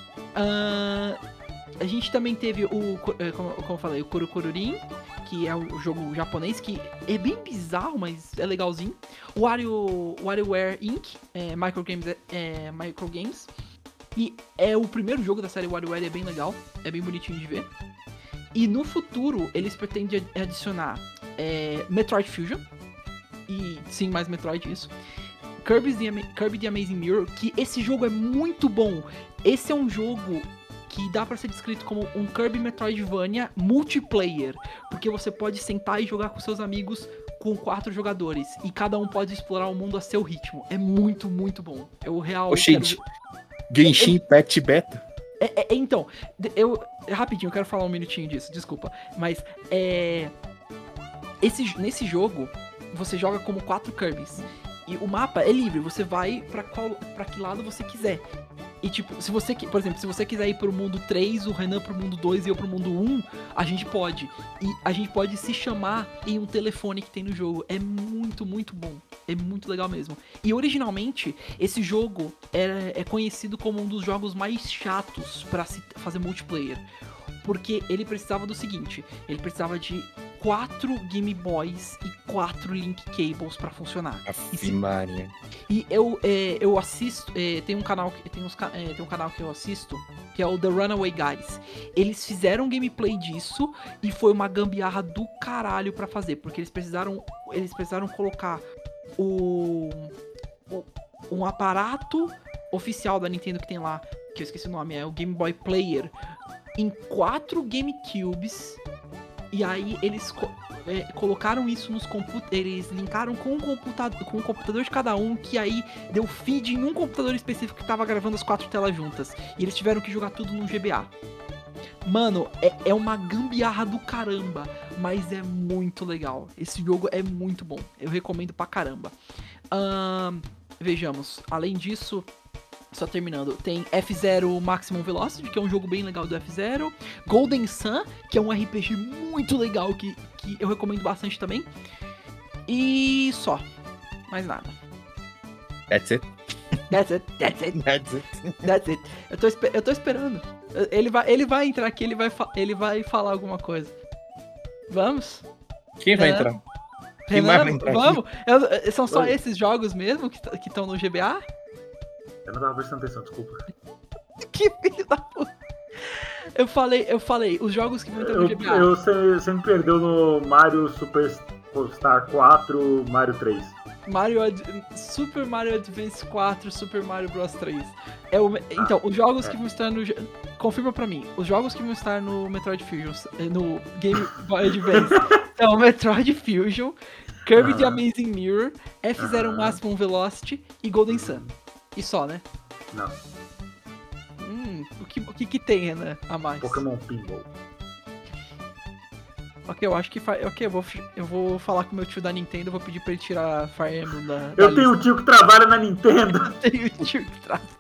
A gente também teve como eu falei, o Kurukururin, que é o jogo japonês, que é bem bizarro, mas é legalzinho. O WarioWare Inc., Microgames, e é o primeiro jogo da série WarioWare, é bem legal, é bem bonitinho de ver. E no futuro, eles pretendem adicionar Metroid Fusion, e sim, mais Metroid, isso. Kirby The Amazing Mirror, que esse jogo é muito bom. Esse é um jogo que dá pra ser descrito como um Kirby Metroidvania multiplayer, porque você pode sentar e jogar com seus amigos com 4 jogadores, e cada um pode explorar o mundo a seu ritmo. É muito, muito bom. Eu real... Gente, Genshin Impact Beta? Então, rapidinho, eu quero falar um minutinho disso, desculpa, mas nesse jogo, você joga como 4 Kirbys, e o mapa é livre, você vai pra que lado você quiser. E tipo, por exemplo, se você quiser ir pro mundo 3, o Renan pro mundo 2 e eu pro mundo 1, a gente pode. E a gente pode se chamar em um telefone que tem no jogo. É muito, muito bom. É muito legal mesmo. E originalmente, esse jogo é conhecido como um dos jogos mais chatos pra se fazer multiplayer. Porque ele precisava do seguinte, ele precisava de 4 Game Boys e 4 Link Cables pra funcionar. E eu assisto, tem um canal que eu assisto, que é o The Runaway Guys. Eles fizeram um gameplay disso e foi uma gambiarra do caralho pra fazer, porque eles precisaram colocar um aparato oficial da Nintendo que tem lá, que eu esqueci o nome, é o Game Boy Player, em 4 GameCubes. E aí eles colocaram isso nos computadores, eles linkaram com um computador de cada um, que aí deu feed em um computador específico que tava gravando as 4 telas juntas. E eles tiveram que jogar tudo no GBA. Mano, é uma gambiarra do caramba, mas é muito legal. Esse jogo é muito bom, eu recomendo pra caramba. Vejamos, além disso... Só terminando, tem F-Zero Maximum Velocity, que é um jogo bem legal do F-Zero. Golden Sun, que é um RPG muito legal, que eu recomendo bastante também. E só, mais nada. That's it. Eu tô esperando. Ele vai entrar aqui, ele vai falar alguma coisa. Vamos? Quem vai entrar? Quem mais vai entrar? Vamos? São só esses jogos mesmo que estão no GBA? Eu não tava prestando atenção, desculpa. Que filho da puta. Eu falei, os jogos que vão entrar no GBA. Você me perdeu no Mario Superstar 4, Mario 3. Super Mario Advance 4, Super Mario Bros 3. Então, os jogos que vão estar no... Confirma pra mim, os jogos que vão estar no Metroid Fusion, no Game Boy Advance, são Metroid Fusion, Kirby The Amazing Mirror, F-Zero Maximum Velocity e Golden Sun. E só, né? Não. O que tem, Renan, a mais? Pokémon Pinball. Ok, eu acho que... Ok, eu vou falar com o meu tio da Nintendo, vou pedir pra ele tirar Fire Emblem da Eu tenho um tio que trabalha na Nintendo. Eu tenho um tio que trabalha.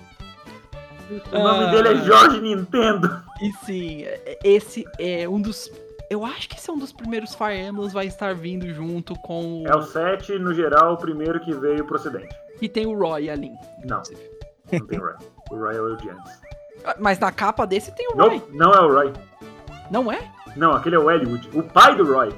O nome dele é Jorge Nintendo. E sim, esse é um dos... Eu acho que esse é um dos primeiros Fire Emblems, vai estar vindo junto com o... É o 7, no geral, o primeiro que veio pro ocidente. E tem o Roy ali. Não, não tem o Roy. O Roy é o de antes. Mas na capa desse tem o Roy. Não é o Roy. Não é? Não, aquele é o Elwood, o pai do Roy.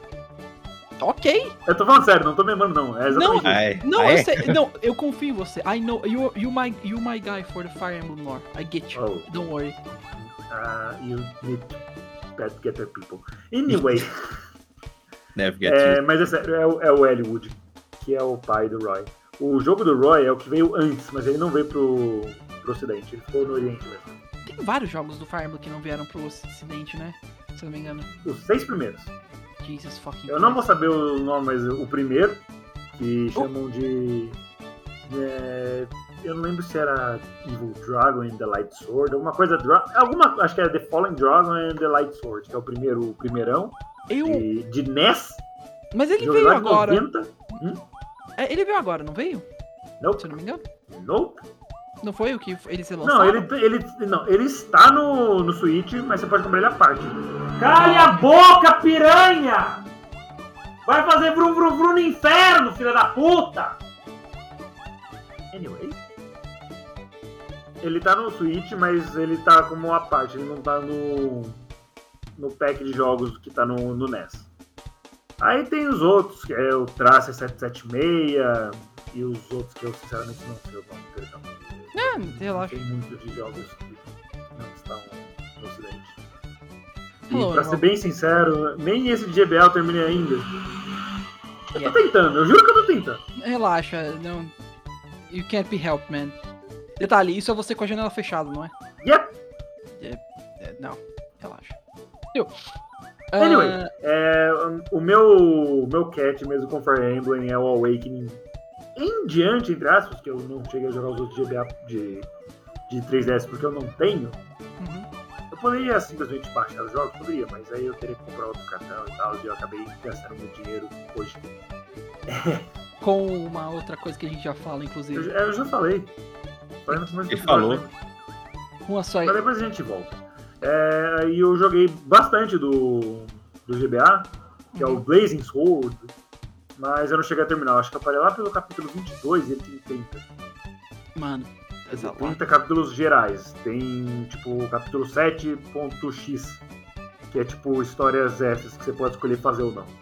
Ok. Eu tô falando sério, não tô me lembrando não. É exatamente isso. Eu sei, não, eu confio em você. I know, you my guy for the Fire Emblem lore. I get you. Oh. Don't worry. You need to get the people. Anyway. Never get you. Mas é sério, é o Elwood, que é o pai do Roy. O jogo do Roy é o que veio antes, mas ele não veio pro ocidente, ele ficou no oriente mesmo. Tem vários jogos do Fire Emblem que não vieram pro ocidente, né? Se eu não me engano. Os 6 primeiros. Jesus fucking Eu não vou saber o nome, mas o primeiro, que chamam de... eu não lembro se era Evil Dragon and the Light Sword, alguma coisa... acho que era The Fallen Dragon and the Light Sword, que é o primeirão de NES. Mas ele veio agora. 90. Ele veio agora, não veio? Nope. Se eu não me engano. Nope. Não foi o que ele se lançou? Não, ele está no Switch, mas você pode comprar ele à parte. Cala a boca, piranha! Vai fazer vrum vrum vrum no inferno, filha da puta! Anyway. Ele tá no Switch, mas ele tá como à parte, ele não tá no pack de jogos que tá no NES. Aí tem os outros, que é o Tracer 776 e os outros que eu sinceramente não sei o nome, perdão. Relaxa. Tem muitos de jogos que não estão no ocidente. Hello, e pra ser bem sincero, nem esse de GBA eu terminei ainda. Eu tô tentando, eu juro que eu tô tentando. Relaxa, não. You can't be helped, man. Detalhe, isso é você com a janela fechada, não é? Yep! Não, relaxa. Anyway, o meu cat mesmo com Fire Emblem é o Awakening em diante, entre aspas, que eu não cheguei a jogar os outros GBA de 3DS porque eu não tenho. Eu poderia simplesmente baixar os jogos, poderia, mas aí eu teria que comprar outro cartão e tal, e eu acabei gastando meu dinheiro hoje. Com uma outra coisa que a gente já fala, inclusive. Eu já falei. Ele falou. Uma só aí. Mas depois a gente volta. E eu joguei bastante do GBA, que é o Blazing Sword, mas eu não cheguei a terminar. Acho que eu parei lá pelo capítulo 22 e ele tem 30. Mano, 30 capítulos gerais. Tem, tipo, o capítulo 7.x, que é, tipo, histórias essas que você pode escolher fazer ou não.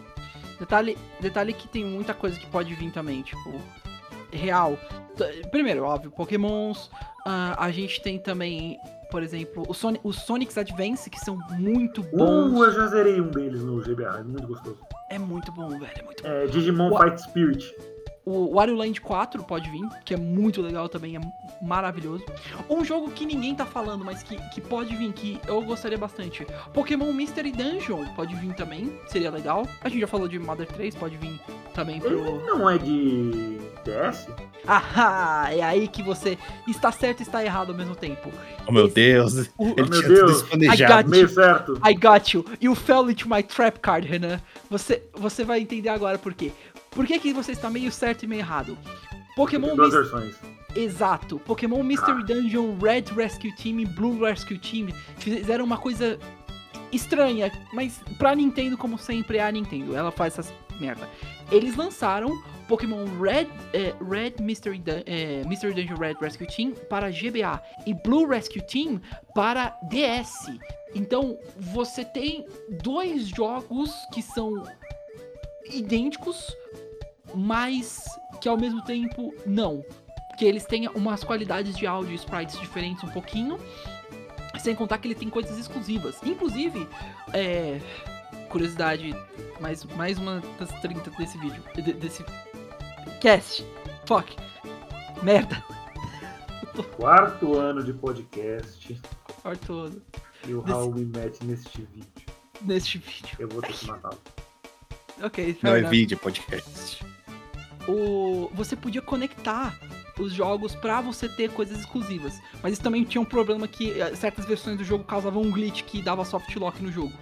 Detalhe que tem muita coisa que pode vir também, tipo, real. Primeiro, óbvio, Pokémons, a gente tem também, por exemplo, os Sonic's Advance, que são muito bons. Eu já zerei um deles no GBA, é muito gostoso. É muito bom, velho, é muito bom. Digimon Fight Spirit. O Wario Land 4 pode vir, que é muito legal também, é maravilhoso. Um jogo que ninguém tá falando, mas que pode vir, que eu gostaria bastante. Pokémon Mystery Dungeon pode vir também, seria legal. A gente já falou de Mother 3, pode vir também pro... Ele não é de DS? Ah, é aí que você está certo e está errado ao mesmo tempo. Oh meu Deus, ele meu tinha Deus. tudo planejado. Meio certo. I got you. You fell into my trap card, Renan. Você vai entender agora por quê. Por que você está meio certo e meio errado? Pokémon duas versões. Exato. Pokémon Mystery Dungeon, Red Rescue Team e Blue Rescue Team fizeram uma coisa estranha, mas pra Nintendo, como sempre, é a Nintendo. Ela faz essas merda. Eles lançaram Pokémon Mystery Dungeon Red Rescue Team para GBA e Blue Rescue Team para DS. Então, você tem dois jogos que são idênticos, mas que ao mesmo tempo não. Que eles têm umas qualidades de áudio e sprites diferentes um pouquinho. Sem contar que ele tem coisas exclusivas. Inclusive, curiosidade, mais uma das 30 desse vídeo. Desse cast. Fuck. Merda. 4º ano de podcast. Quarto ano. E o Raul me mete neste vídeo. Eu vou ter que matá-lo. Ok, não é vídeo, podcast. Você podia conectar os jogos pra você ter coisas exclusivas. Mas isso também tinha um problema que certas versões do jogo causavam um glitch que dava soft lock no jogo.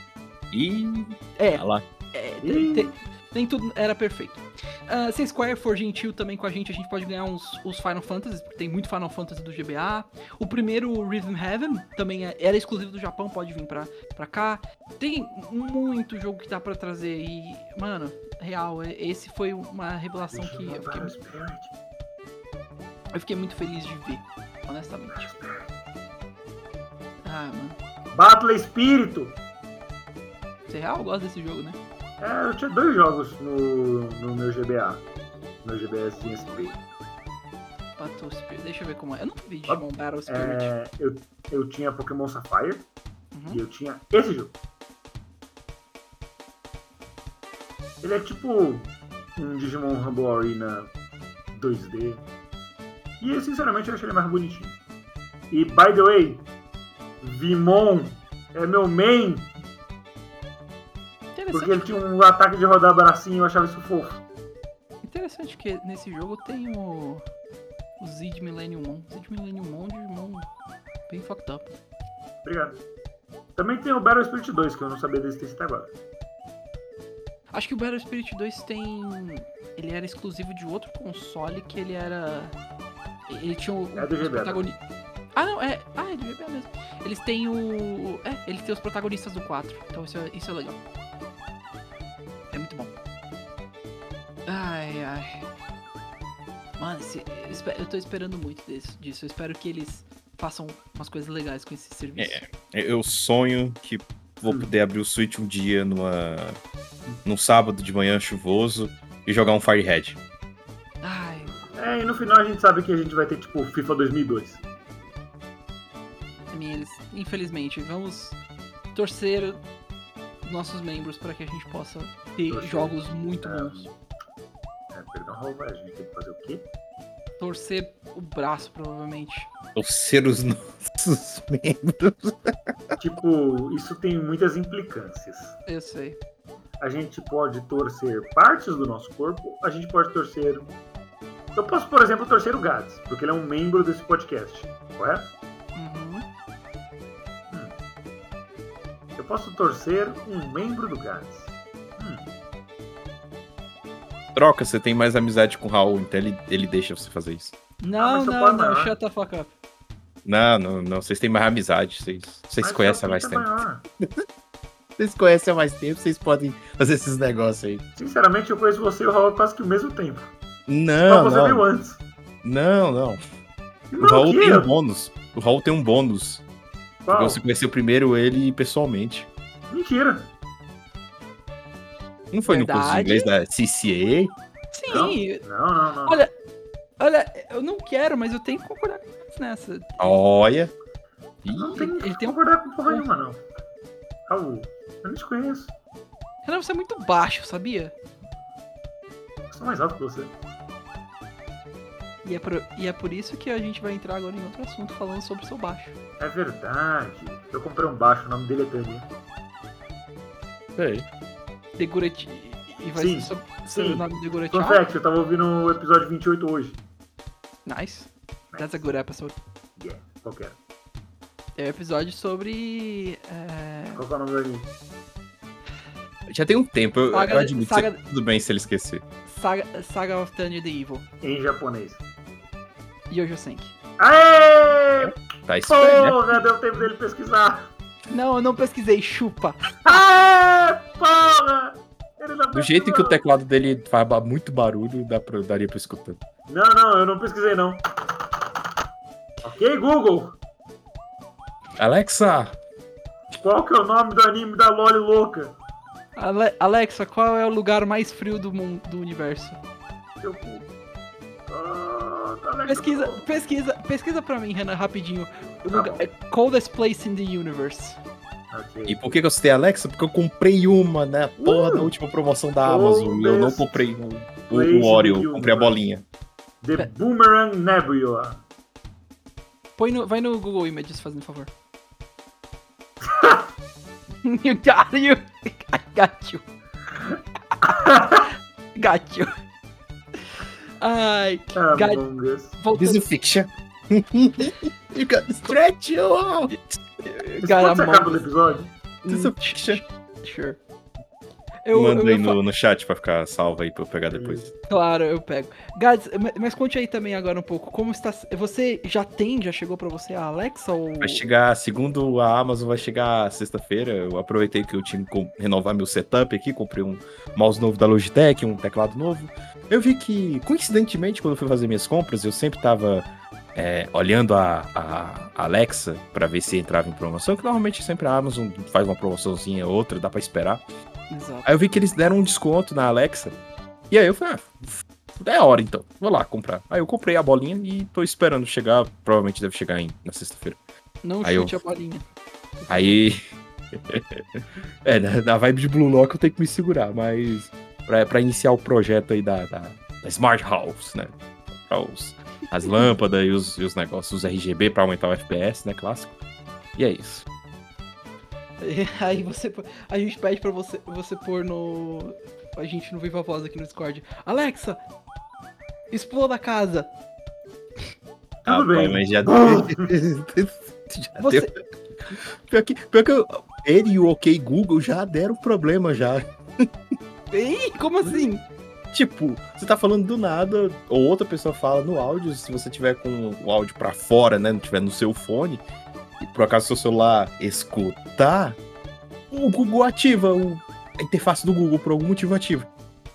Lá. Nem tudo era perfeito. Se a Square for gentil também com a gente pode ganhar os Final Fantasy, porque tem muito Final Fantasy do GBA. O primeiro Rhythm Heaven também era exclusivo do Japão, pode vir pra cá. Tem muito jogo que dá pra trazer e, mano, real, esse foi uma revelação que eu fiquei muito feliz de ver, honestamente. Mano. Battle Espírito! Você real gosta desse jogo, né? Eu tinha 2 jogos no meu GBA. Meu GBAzinho SP. Battle Spirit, deixa eu ver como é. Eu nunca vi Digimon Battle Spirit. Eu tinha Pokémon Sapphire e eu tinha esse jogo. Ele é tipo um Digimon Rumble Arena 2D. E sinceramente eu achei ele mais bonitinho. E by the way, Vimon é meu main. Porque ele tinha um ataque de rodar bracinho e eu achava isso fofo. Interessante que nesse jogo tem o Zid Millennium Mon. Zid Millennium Mon de Digimon bem fucked up. Obrigado. Também tem o Battle Spirit 2, que eu não sabia da existência até agora. Acho que o Battle Spirit 2 ele era exclusivo de outro console que ele era... Ele tinha os protagonistas... não, é do GBA mesmo. Eles têm eles têm os protagonistas do 4, então isso é legal. É muito bom. Ai. Mano, eu tô esperando muito disso. Eu espero que eles façam umas coisas legais com esse serviço. Eu sonho que vou poder abrir o Switch um dia num sábado de manhã chuvoso e jogar um Firehead. E no final a gente sabe que a gente vai ter tipo FIFA 2002. Infelizmente, vamos torcer nossos membros para que a gente possa ter jogos muito bons. Perdão, Raul, a gente tem que fazer o quê? Torcer o braço, provavelmente. Torcer os nossos membros. Tipo, isso tem muitas implicâncias. Eu sei. A gente pode torcer partes do nosso corpo, a gente pode torcer... Eu posso, por exemplo, torcer o Gads, porque ele é um membro desse podcast, correto? Eu posso torcer um membro do Gads. Troca, você tem mais amizade com o Raul, então ele deixa você fazer isso. Não, shut the fuck up. Não, vocês têm mais amizade, vocês conhecem há mais tempo. Vocês conhecem há mais tempo, vocês podem fazer esses negócios aí. Sinceramente, eu conheço você e o Raul quase que ao mesmo tempo. Não. Você veio antes. Não. O Raul tem um bônus. O Raul tem um bônus. Qual? Porque você conheceu primeiro ele pessoalmente. Mentira. Não foi no curso de inglês da CCA? Sim. Não. Olha, eu não quero, mas eu tenho que concordar com eles nessa. Olha. Não tem que concordar com porra nenhuma, não. Raul, eu não te conheço. Renan, você é muito baixo, sabia? Eu sou mais alto que você. E é por isso que a gente vai entrar agora em outro assunto falando sobre o seu baixo. É verdade. Eu comprei um baixo, o nome dele é Tânia. Degurati. E vai ser sobre o nome de Degurati. Fun fact, eu tava ouvindo o episódio 28 hoje. Nice. That's a good episode. Yeah, qual que é? É o episódio sobre... Qual que é o nome do anime? Já tem um tempo, eu admito. Tudo bem se ele esquecer. Saga of Tanya the Evil. Em japonês. Yojo Senki. Aê! Tá esperto, porra, deu tempo dele pesquisar. Não, eu não pesquisei, chupa. Aê, porra! Do jeito que o teclado dele faz muito barulho, daria pra escutar. Não, eu não pesquisei, não. Ok, Google. Alexa! Qual que é o nome do anime da Loli louca? Alexa, qual é o lugar mais frio do universo? Seu cu. Pesquisa pra mim, Renan, rapidinho. É coldest place in the universe. Okay. E por que eu citei a Alexa? Porque eu comprei uma, né? Porra, na última promoção da Amazon. Eu não comprei o Oreo, comprei a bolinha. The Boomerang Nebula. Vai no Google Images, fazendo favor. You got you. I got you. Got you. Ai, This is fiction. You got to stretch you out. Você acaba do episódio? This is fiction. Sure. Manda aí no chat pra ficar salvo aí pra eu pegar depois. Claro, eu pego. Gads, mas conte aí também agora um pouco, como está... Você já chegou pra você a Alexa ou... Vai chegar, segundo a Amazon, vai chegar sexta-feira. Eu aproveitei que eu tinha que renovar meu setup aqui, comprei um mouse novo da Logitech, um teclado novo. Eu vi que, coincidentemente, quando eu fui fazer minhas compras, eu sempre tava olhando a Alexa pra ver se entrava em promoção, que normalmente sempre a Amazon faz uma promoçãozinha ou outra, dá pra esperar. Exato. Aí eu vi que eles deram um desconto na Alexa. E aí eu falei, é a hora então, vou lá comprar. Aí eu comprei a bolinha e tô esperando chegar. Provavelmente deve chegar na sexta-feira. Não aí chute a bolinha. Aí... na vibe de Blue Lock eu tenho que me segurar, mas... Pra iniciar o projeto aí da Smart House, né? As lâmpadas e os negócios, os RGB pra aumentar o FPS, né? Clássico. E é isso. Aí a gente pede pra você pôr a gente no Viva Voz aqui no Discord. Alexa, exploda a casa. Tudo bem. Mas já deu. Pior que ele e o OK Google já deram problema já. Ei, como assim? Tipo, você tá falando do nada, ou outra pessoa fala no áudio, se você tiver com o áudio pra fora, né, não tiver no seu fone, e por acaso seu celular escutar, o Google ativa, a interface do Google por algum motivo ativa.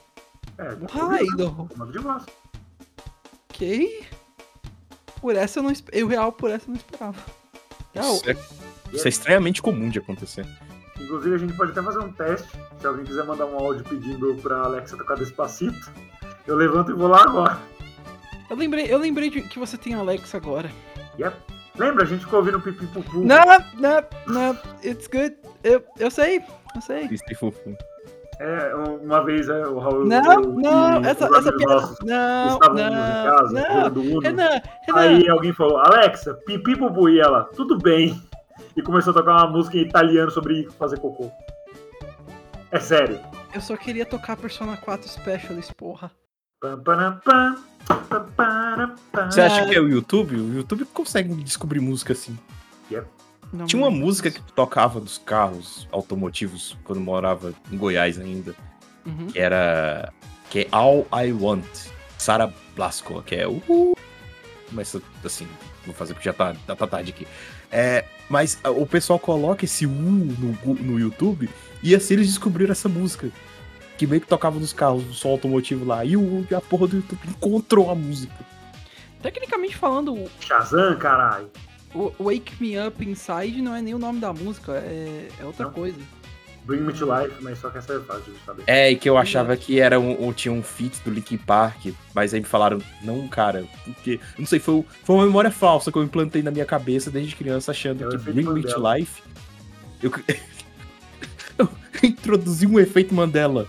Ok. Por essa eu não esperava. Isso é extremamente comum de acontecer. Inclusive a gente pode até fazer um teste, se alguém quiser mandar um áudio pedindo pra Alexa tocar Despacito, eu levanto e vou lá agora. Eu lembrei de que você tem Alexa agora. Yep. Lembra? A gente ficou ouvindo pipi pupu. Não, it's good. Eu sei. Isso é fofo. Uma vez o Raul... Essa piada... Estávamos em casa, jogando Uno. Renan. Aí alguém falou, Alexa, pipi pupu, e ela, tudo bem. E começou a tocar uma música em italiano sobre fazer cocô. É sério. Eu só queria tocar Persona 4 Specialist, porra. Você acha que é o YouTube? O YouTube consegue descobrir música assim. Yep. Tinha uma música que tocava nos carros automotivos quando morava em Goiás ainda. Uhum. Que é All I Want. Sarah Blasco, que é Mas assim, vou fazer porque já tá tarde aqui. Mas o pessoal coloca esse no YouTube e assim eles descobriram essa música. Que meio que tocava nos carros do som automotivo lá. E a porra do YouTube encontrou a música. Tecnicamente falando... Shazam, caralho. O Wake Me Up Inside não é nem o nome da música, é outra coisa. Bring Me to Life, mas só que essa é fácil de saber. E que eu achava que tinha um feat do Linkin Park, mas aí me falaram, não, cara, porque, não sei, foi uma memória falsa que eu implantei na minha cabeça desde criança, achando que Bring Me to Life... Eu introduzi um efeito Mandela,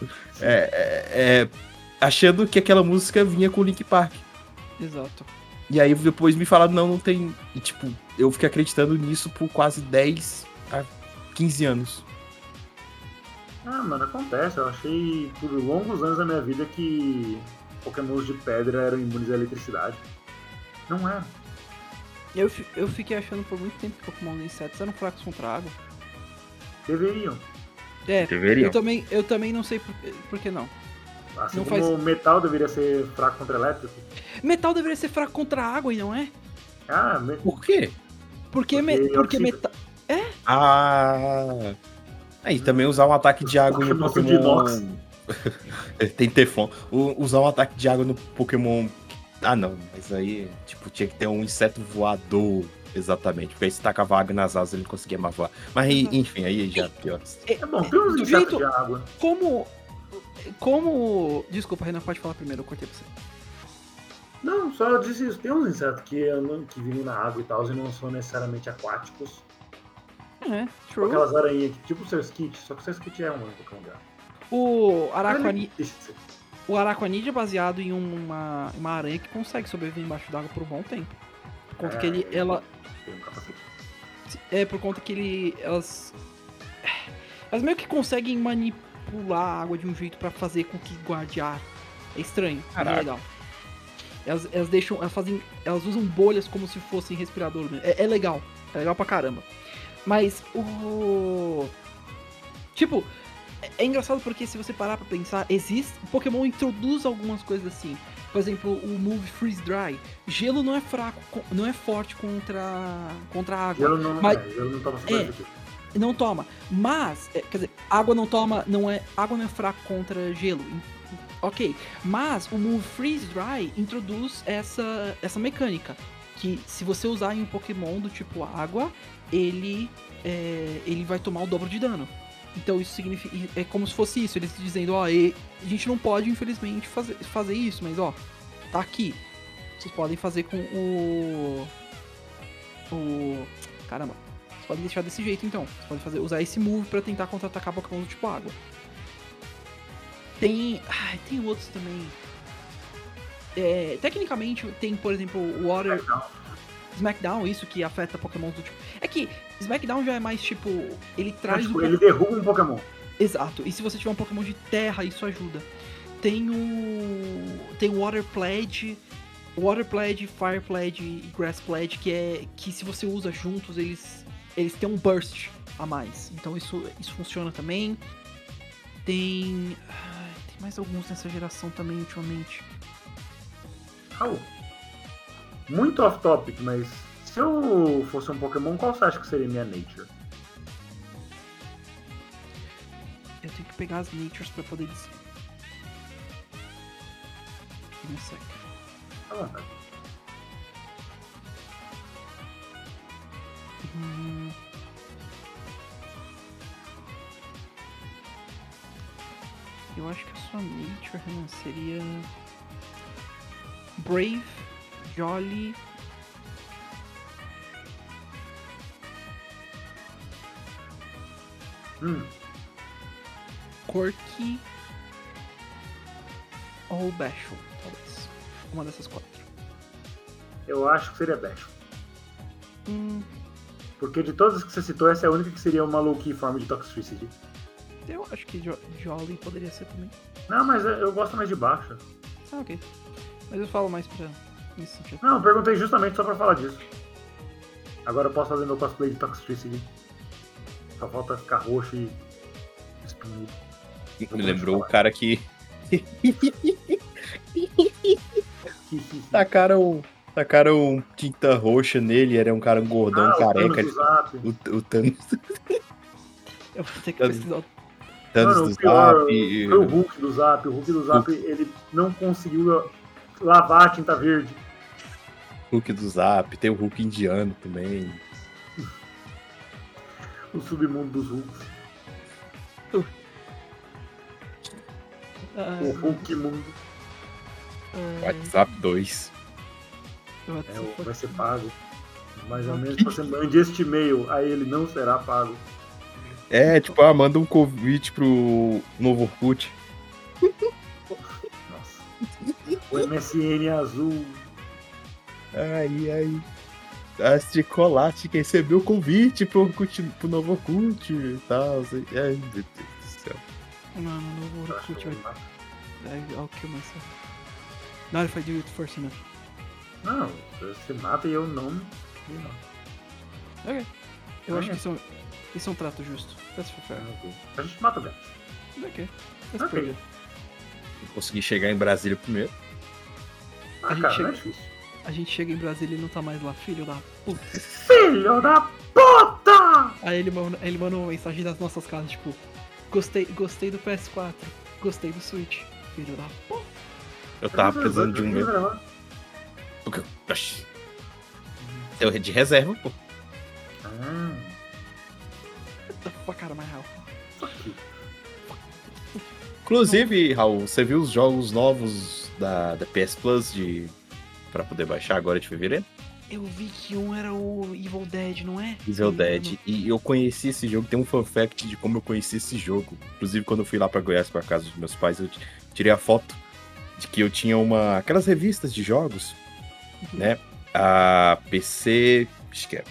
achando que aquela música vinha com o Linkin Park. Exato. E aí depois me falaram, não tem... E, tipo, eu fiquei acreditando nisso por quase 10 a 15 anos. Mano, acontece. Eu achei por longos anos da minha vida que Pokémons de pedra eram imunes à eletricidade. Não é. Eu fiquei achando por muito tempo que Pokémon insetos eram fracos contra a água. Deveriam. Deveriam. Eu também não sei por que não. Assim não como metal deveria ser fraco contra elétrico. Metal deveria ser fraco contra a água e não é? Por quê? Porque metal... E também usar um ataque de água no Pokémon... Tem Teflon. Usar um ataque de água no Pokémon... não. Mas aí, tipo, tinha que ter um inseto voador. Exatamente. Porque aí se tacava água nas asas, ele não conseguia mais voar. Mas, enfim, aí já pior. Bom, tem uns insetos de água. Como... Desculpa, Renan, pode falar primeiro, eu cortei pra você. Não, só disse isso. Tem uns insetos que vivem na água e tal, e não são necessariamente aquáticos. True. Aquelas aranhas, tipo o Surskit, só que o Surskit é um Pokémon dela. O Araquanid é baseado em uma aranha que consegue sobreviver embaixo d'água por um bom tempo. Por conta que ela... Tem um capacete. Por conta que elas meio que conseguem manipular a água de um jeito pra fazer com que guarde ar. É estranho, mas é legal. Elas usam bolhas como se fossem respirador mesmo. É legal pra caramba. Mas tipo, é engraçado porque se você parar pra pensar, o Pokémon introduz algumas coisas assim. Por exemplo, o move Freeze Dry. Gelo não é fraco, não é forte contra a água. Gelo não toma super efetivo. Não toma. Mas, quer dizer, água não é fraco contra gelo. Ok. Mas o move Freeze Dry introduz essa mecânica. Que se você usar em um Pokémon do tipo água, ele vai tomar o dobro de dano. Então isso significa... É como se fosse isso, eles dizendo, a gente não pode, infelizmente, fazer isso, mas tá aqui. Vocês podem fazer com caramba. Vocês podem deixar desse jeito, então. Vocês podem usar esse move pra tentar contra-atacar Pokémon do tipo água. Tem outros também. Tecnicamente, tem, por exemplo, o Water... Smackdown, isso que afeta Pokémon do tipo... É que Smackdown já é mais tipo... Ele traz ele derruba um Pokémon. Exato. E se você tiver um Pokémon de terra, isso ajuda. Tem o Water Pledge, Fire Pledge e Grass Pledge, que se você usa juntos, eles têm um burst a mais. Então isso funciona também. Tem mais alguns nessa geração também, ultimamente. Muito off-topic, mas se eu fosse um Pokémon, qual você acha que seria minha Nature? Eu tenho que pegar as Natures pra poder dizer. Um sec. Tá à vontade. Eu acho que a sua Nature, Renan, seria... Brave, Jolly... Quirky ou Bashful, talvez. Uma dessas 4. Eu acho que seria Bashful. Porque de todas que você citou, essa é a única que seria uma low-key forma de Toxtricity. Eu acho que Jolly poderia ser também. Não, mas eu gosto mais de baixa. Ah, ok. Mas eu falo mais nesse sentido. Não, eu perguntei justamente só pra falar disso. Agora eu posso fazer meu cosplay de Toxtricity. Só falta ficar roxo e espinhudo. Me lembrou o cara que... Tacaram tinta roxa nele, era um cara gordão, careca. O Thanos. Eu vou ter que pesquisar o Thanos do Zap. Foi o Hulk do Zap. O Hulk do Zap, ele não conseguiu lavar a tinta verde. Hulk do Zap, tem o Hulk indiano também. O submundo dos Hulks. O Hulk mundo. WhatsApp 2. Vai ser pago. Mais ou menos você mande este e-mail, aí ele não será pago. Tipo, manda um convite pro novo Orkut. Nossa. O MSN azul. Ai. Astricolate que recebeu o convite pro novo Orkut e tal. Ai, meu Deus do céu. Não, no novo Orkut vai... I'll kill myself. Not if I do it first enough. Não, você mata e eu não. Ok. Eu acho que isso é um trato justo. That's fair. Okay. A gente mata bem. Ok. That's pretty good. Consegui chegar em Brasília primeiro. Não é difícil. A gente chega em Brasília e não tá mais lá, filho da puta. Filho da puta! Aí ele manda uma mensagem das nossas casas, tipo, gostei do PS4, gostei do Switch, filho da puta. Eu tava precisando de um mesmo. Eu de reserva, pô. Get the fuck out of my house. Inclusive, Raul, você viu os jogos novos da PS Plus de pra poder baixar agora de fevereiro. Eu vi que um era o Evil Dead, não é? Evil Dead. E eu conheci esse jogo, tem um fun fact de como eu conheci esse jogo. Inclusive, quando eu fui lá pra Goiás, pra casa dos meus pais, eu tirei a foto de que eu tinha aquelas revistas de jogos, né? A PC... Acho que é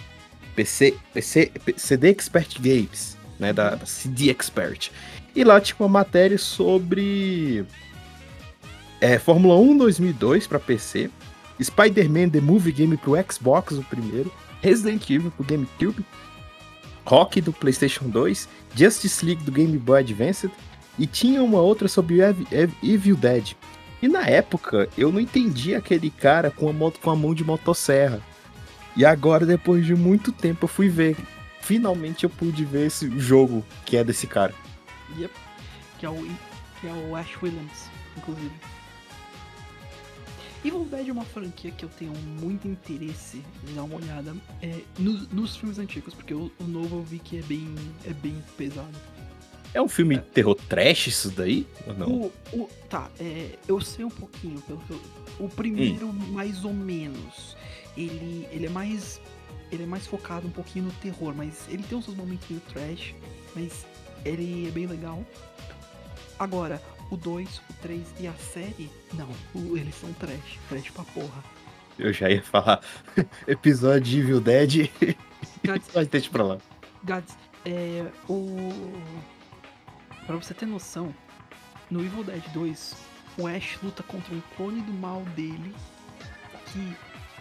CD Expert Games, né? Da CD Expert. E lá tinha uma matéria sobre Fórmula 1 2002 pra PC, Spider-Man The Movie Game pro Xbox, o primeiro, Resident Evil pro GameCube, Rocky do PlayStation 2, Justice League do Game Boy Advance, e tinha uma outra sobre Evil Dead. E na época, eu não entendi aquele cara com a mão de motosserra. E agora, depois de muito tempo, eu fui ver. Finalmente eu pude ver esse jogo que é desse cara. Yep. Que é o Ash Williams, inclusive. Evil Dead é uma franquia que eu tenho muito interesse em dar uma olhada nos filmes antigos, porque o novo eu vi que é bem pesado. É um filme terror trash isso daí? Ou não? Eu sei um pouquinho. O primeiro, mais ou menos. Ele é mais focado um pouquinho no terror, mas ele tem os seus momentos meio trash, mas ele é bem legal. Agora, o 2, o 3 e a série, não, eles são trash pra porra. Eu já ia falar episódio de Evil Dead, mas deixa pra lá. Gads, pra você ter noção, no Evil Dead 2, o Ash luta contra um clone do mal dele, que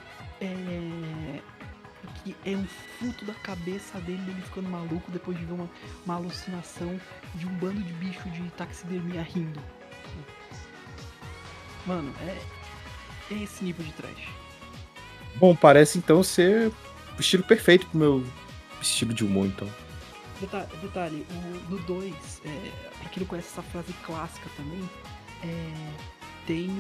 é um fruto da cabeça dele ficando maluco depois de ver uma alucinação de um bando de bicho de taxidermia rindo. Mano, é esse nível de trash. Bom, parece então ser o estilo perfeito pro meu estilo de humor, então. Detalhe, no 2, pra quem não conhece essa frase clássica também, tem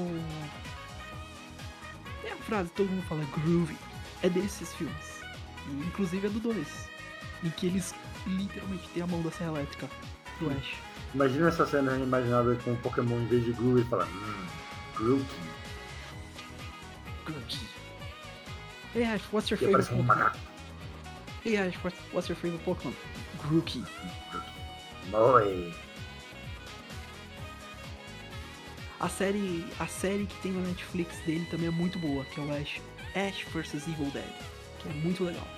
a frase que todo mundo fala, groovy. É desses filmes. E, inclusive é do 2. Em que eles literalmente têm a mão da serra elétrica do Ash. Imagina essa cena imaginada com um Pokémon em vez de Groovy e falar Groovy. Hey Ash, what's your favorite Pokémon? Hey Ash, what's your favorite Pokémon? Grookey. Moi. A série que tem na Netflix dele também é muito boa, que é o Ash vs Evil Dead, que é muito legal.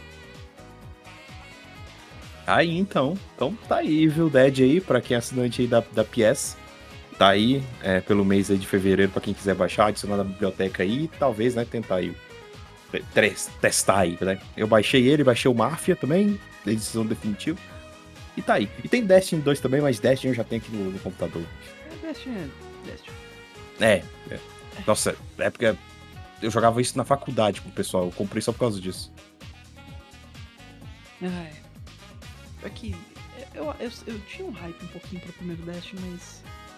Aí, então tá aí, Evil Dead aí, pra quem é assinante aí da PS. Tá aí, pelo mês aí de fevereiro, pra quem quiser baixar, adicionar na biblioteca aí, e talvez, né, tentar aí, testar aí, né. Eu baixei baixei o Mafia também, edição definitiva, e tá aí. E tem Destiny 2 também, mas Destiny eu já tenho aqui no computador. Destiny. Nossa, na época eu jogava isso na faculdade com o pessoal, eu comprei só por causa disso. É que eu tinha um hype um pouquinho pro primeiro Destiny, mas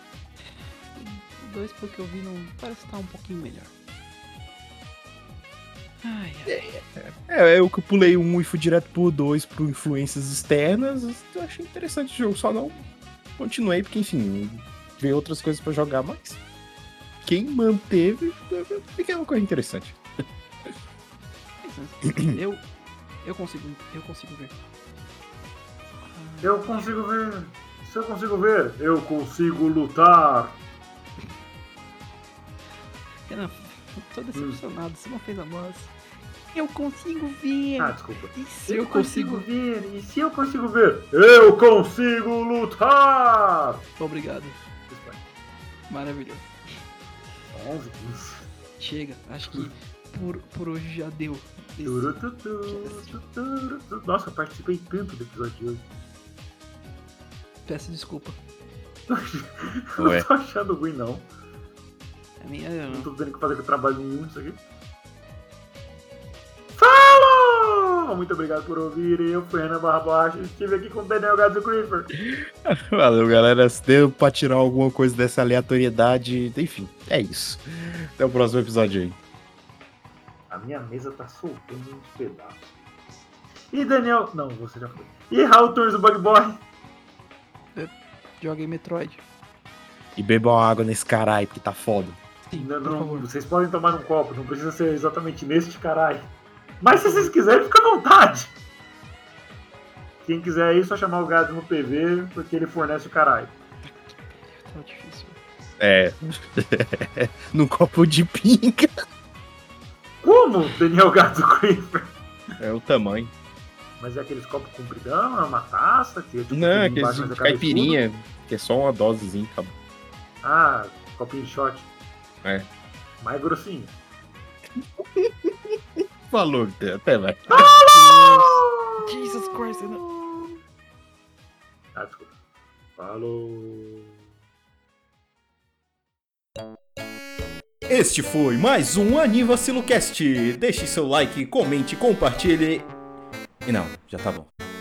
o 2, pelo que eu vi, não parece estar um pouquinho melhor. Eu que pulei um e fui direto pro 2 por influências externas, eu achei interessante o jogo, só não continuei, porque enfim, veio outras coisas pra jogar, mas quem manteve, fica uma coisa interessante. Eu consigo ver. Eu consigo ver. Se eu consigo ver, eu consigo lutar. Renan, tô decepcionado, você não fez a voz. Eu consigo ver. Desculpa. E se eu consigo ver? E se eu consigo ver? Eu consigo lutar! Obrigado. Maravilhoso. 11, 15. Chega, acho que por hoje já deu. Nossa, eu participei tanto do episódio de hoje. Peço desculpa. Não tô achando ruim, não. Não tô tendo que fazer trabalho nenhum isso aqui. Falou! Muito obrigado por ouvir. Eu fui Renan Barbaixo. Estive aqui com o Daniel Gadzo Creeper. Valeu, galera. Se deu pra tirar alguma coisa dessa aleatoriedade, enfim, é isso. Até o próximo episódio aí. A minha mesa tá soltando uns pedaços. E Daniel... Não, você já foi. E How Turns o Bug Boy? Joguei Metroid. E bebam água nesse caralho, porque tá foda. Sim, Não, por favor. vocês podem tomar num copo, não precisa ser exatamente neste caralho. Mas se vocês quiserem, fica à vontade. Quem quiser aí, só chamar o Gado no PV, porque ele fornece o caralho. Tá difícil. Num copo de pinga. Como, Daniel Gado Creeper? É o tamanho. Mas é aqueles copos compridão, é uma taça? Que, tipo, Não, tem aqueles embaixo, mas de é cabeçudo. caipirinha, que é só uma dosezinha, acabou. Ah, copinho de shot. É. Mais grossinho. Falou, até vai. Jesus Christ, eu não... Ah, desculpa. Falou. Este foi mais um AniVaciloCast. Deixe seu like, comente, compartilhe. E não, já tá bom.